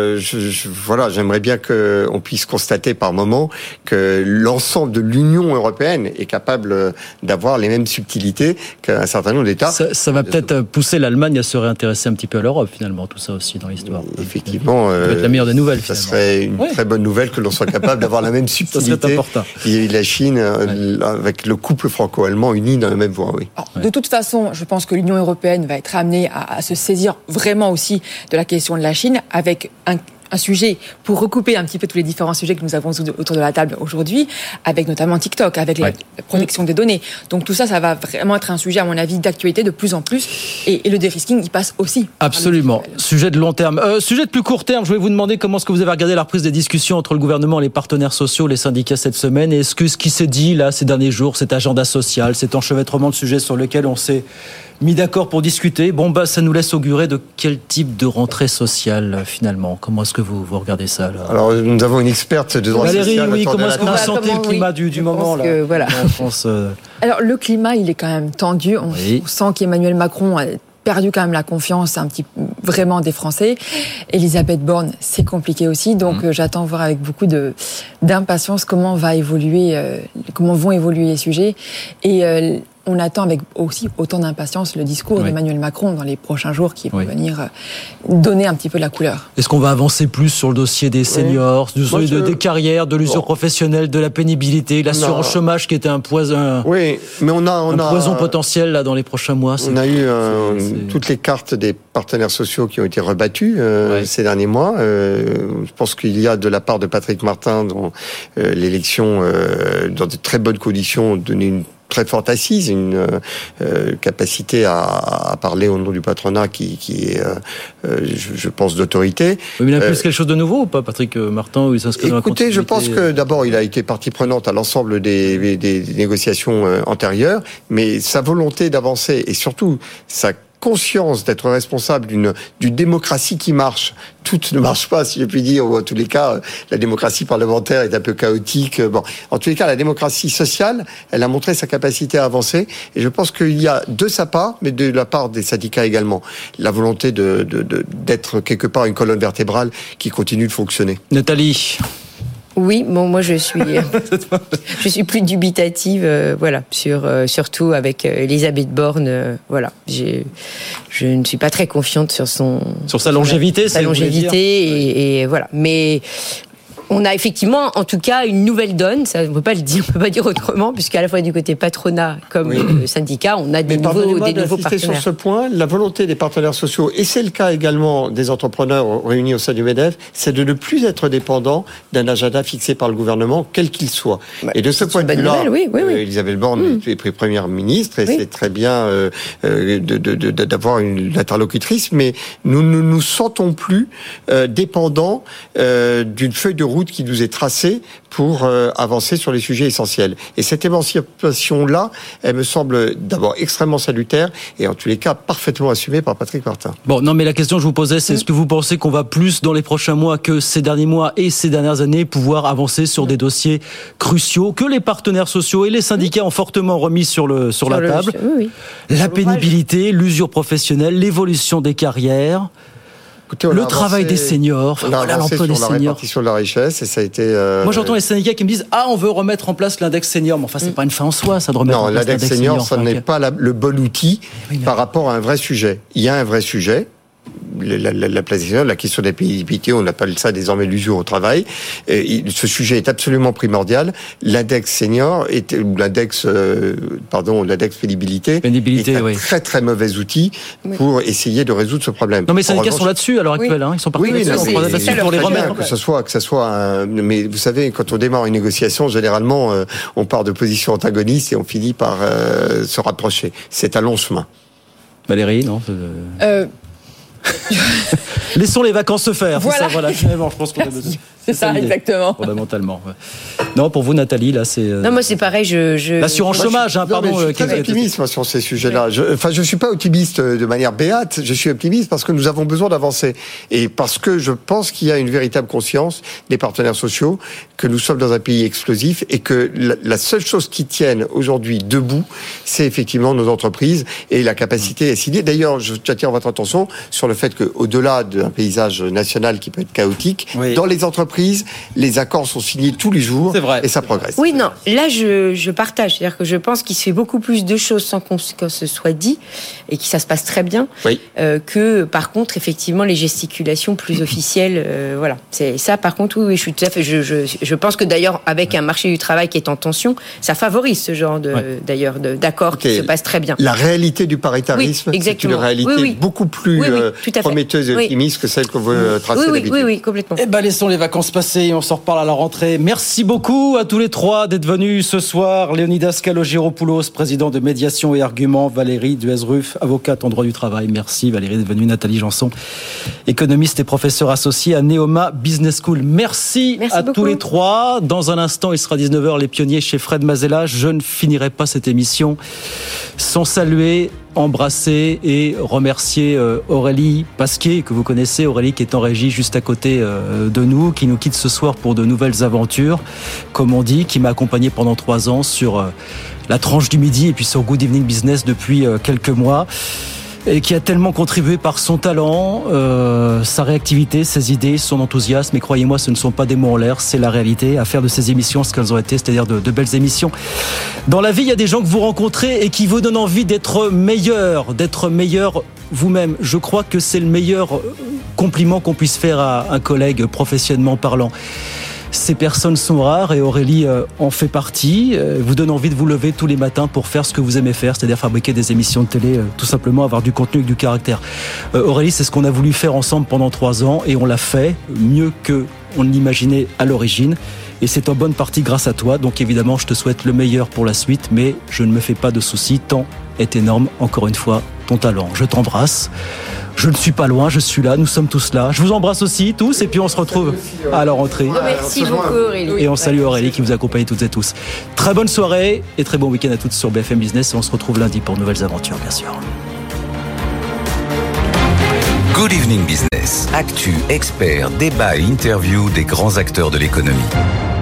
voilà, j'aimerais bien qu'on puisse constater par moment que l'ensemble de l'Union européenne est capable d'avoir les mêmes subtilités qu'un certain nombre d'États. Ça va peut-être pousser l'Allemagne à se réintéresser un petit peu à l'Europe, finalement, tout ça aussi dans l'histoire. Effectivement, ça va être la meilleure des nouvelles. Ça serait une très bonne nouvelle que l'on soit capable d'avoir la même subtilité et la Chine avec le couple franco-allemand uni dans la même voie. Oui. Alors, de toute façon, je pense que l'Union européenne va être amenée à se saisir vraiment aussi de la question de la Chine avec un sujet pour recouper un petit peu tous les différents sujets que nous avons autour de la table aujourd'hui, avec notamment TikTok, avec la protection des données. Donc tout ça, ça va vraiment être un sujet, à mon avis, d'actualité de plus en plus. Et le dérisking, il passe aussi. Absolument. Sujet de long terme. Sujet de plus court terme, je vais vous demander comment est-ce que vous avez regardé la reprise des discussions entre le gouvernement et les partenaires sociaux, les syndicats cette semaine. Et est-ce que ce qui s'est dit là ces derniers jours, cet agenda social, cet enchevêtrement de sujets sur lequel on s'est mis d'accord pour discuter, ça nous laisse augurer de quel type de rentrée sociale finalement. Comment est-ce que vous regardez ça là ? Alors nous avons une experte de droit social. Valérie, oui, comment est-ce que vous sentez le climat du moment là en France Alors le climat, il est quand même tendu. On sent qu'Emmanuel Macron a perdu quand même la confiance vraiment des Français. Elisabeth Borne, c'est compliqué aussi, donc j'attends voir avec beaucoup d'impatience comment vont évoluer les sujets. Et on attend avec aussi autant d'impatience le discours d'Emmanuel Macron dans les prochains jours qui vont venir donner un petit peu la couleur. Est-ce qu'on va avancer plus sur le dossier des seniors, des carrières, de l'usure professionnelle, de la pénibilité, l'assurance chômage qui était un poison, poison potentiel là dans les prochains mois? On a eu toutes les cartes des partenaires sociaux qui ont été rebattues ces derniers mois. Je pense qu'il y a de la part de Patrick Martin dans l'élection dans de très bonnes conditions donné une très forte assise, une capacité à parler au nom du patronat qui est, je pense, d'autorité. Mais il a plus quelque chose de nouveau ou pas, Patrick Martin, où il s'inscrit dans la continuité? Écoutez, je pense que d'abord, il a été partie prenante à l'ensemble des négociations antérieures, mais sa volonté d'avancer et surtout sa conscience d'être responsable d'une démocratie qui marche. Tout ne marche pas, si je puis dire, ou en tous les cas, la démocratie parlementaire est un peu chaotique. Bon, en tous les cas, la démocratie sociale, elle a montré sa capacité à avancer, et je pense qu'il y a de sa part, mais de la part des syndicats également, la volonté d'être quelque part une colonne vertébrale qui continue de fonctionner. Nathalie. Oui, moi je suis plus dubitative, surtout avec Elisabeth Borne, je ne suis pas très confiante sur sa longévité, et voilà. Mais on a effectivement, en tout cas, une nouvelle donne. Ça, on peut pas pas dire autrement, puisqu'à la fois du côté patronat comme syndicat, on a des nouveaux partenaires. Sur ce point, la volonté des partenaires sociaux, et c'est le cas également des entrepreneurs réunis au sein du MEDEF, c'est de ne plus être dépendant d'un agenda fixé par le gouvernement, quel qu'il soit. Et de ce point de vue-là, Elisabeth Borne est première ministre, et c'est très bien d'avoir une interlocutrice, mais nous ne nous sentons plus dépendants d'une feuille de route qui nous est tracée pour avancer sur les sujets essentiels. Et cette émancipation-là, elle me semble d'abord extrêmement salutaire et en tous les cas parfaitement assumée par Patrick Martin. Bon, non, mais la question que je vous posais, c'est est-ce que vous pensez qu'on va plus dans les prochains mois que ces derniers mois et ces dernières années pouvoir avancer sur des dossiers cruciaux que les partenaires sociaux et les syndicats ont fortement remis sur la table? La pénibilité, l'usure professionnelle, l'évolution des carrières. Écoutez, le travail des seniors, l'emploi des seniors, la répartition de la richesse, et ça a été. Moi, j'entends les syndicats qui me disent on veut remettre en place l'index senior, mais enfin, c'est pas une fin en soi, ça de remettre en place l'index senior. Ça n'est pas le bon outil par rapport à un vrai sujet. Il y a un vrai sujet. La question des pénibilité, on appelle ça désormais l'usure au travail. Ce sujet est absolument primordial. L'index senior l'index pénibilité est un très très mauvais outil pour essayer de résoudre ce problème. Non, mais les syndicats sont là-dessus à l'heure actuelle. Ils sont partis pour les remettre. Que ce soit mais vous savez, quand on démarre une négociation, généralement, on part de positions antagonistes et on finit par se rapprocher. C'est un long chemin. Valérie, non Laissons les vacances se faire. Voilà. C'est ça, finalement, je pense qu'on a besoin. C'est ça, exactement. Fondamentalement. Non, pour vous, Nathalie, là, c'est. Non, moi, c'est pareil. L'assurance chômage, pardon. Je suis très optimiste sur ces sujets-là. Je suis pas optimiste de manière béate. Je suis optimiste parce que nous avons besoin d'avancer et parce que je pense qu'il y a une véritable conscience des partenaires sociaux que nous sommes dans un pays explosif et que la seule chose qui tienne aujourd'hui debout, c'est effectivement nos entreprises et la capacité à signer. D'ailleurs, j'attire votre attention sur le fait qu'au-delà d'un paysage national qui peut être chaotique, dans les entreprises, les accords sont signés tous les jours et ça progresse. Oui, non, là je partage, c'est-à-dire que je pense qu'il se fait beaucoup plus de choses sans qu'on se soit dit et que ça se passe très bien, que par contre effectivement les gesticulations plus officielles, voilà. C'est ça par contre, oui, je suis tout à fait. Je pense que d'ailleurs avec un marché du travail qui est en tension, ça favorise ce genre d'accords qui se passe très bien. La réalité du paritarisme, c'est une réalité beaucoup plus prometteuse et optimiste que celle que vous tracez d'habitude. Oui, complètement. Eh ben, laissons les vacances passer et on s'en reparle à la rentrée. Merci beaucoup à tous les trois d'être venus ce soir. Léonidas Kalogiropoulos, président de Médiation et Arguments. Valérie Duez-Ruff, avocate en droit du travail. Merci Valérie d'être venue. Nathalie Janson, économiste et professeur associé à Neoma Business School. Merci à beaucoup. Tous les trois. Dans un instant, il sera 19h, les pionniers chez Fred Mazella. Je ne finirai pas cette émission sans saluer, embrasser et remercier Aurélie Pasquier, que vous connaissez, Aurélie qui est en régie juste à côté de nous, qui nous quitte ce soir pour de nouvelles aventures, comme on dit, qui m'a accompagné pendant 3 ans sur la tranche du midi et puis sur Good Evening Business depuis quelques mois, et qui a tellement contribué par son talent, sa réactivité, ses idées, son enthousiasme. Et croyez-moi, ce ne sont pas des mots en l'air, c'est la réalité. À faire de ces émissions ce qu'elles ont été, c'est-à-dire de belles émissions. Dans la vie, il y a des gens que vous rencontrez et qui vous donnent envie d'être meilleur vous-même. Je crois que c'est le meilleur compliment qu'on puisse faire à un collègue professionnellement parlant. Ces personnes sont rares et Aurélie en fait partie. Vous donne envie de vous lever tous les matins pour faire ce que vous aimez faire, c'est-à-dire fabriquer des émissions de télé, tout simplement avoir du contenu avec du caractère. Aurélie, c'est ce qu'on a voulu faire ensemble pendant 3 ans et on l'a fait mieux que on l'imaginait à l'origine. Et c'est en bonne partie grâce à toi. Donc évidemment, je te souhaite le meilleur pour la suite, mais je ne me fais pas de soucis. Tant est énorme, encore une fois, ton talent. Je t'embrasse. Je ne suis pas loin, je suis là, nous sommes tous là. Je vous embrasse aussi, tous, et puis on se retrouve à la rentrée. Merci beaucoup, Aurélie. Et on salue Aurélie qui vous accompagne toutes et tous. Très bonne soirée et très bon week-end à toutes sur BFM Business. Et on se retrouve lundi pour de nouvelles aventures, bien sûr. Good Evening Business. Actu, experts, débat et interview des grands acteurs de l'économie.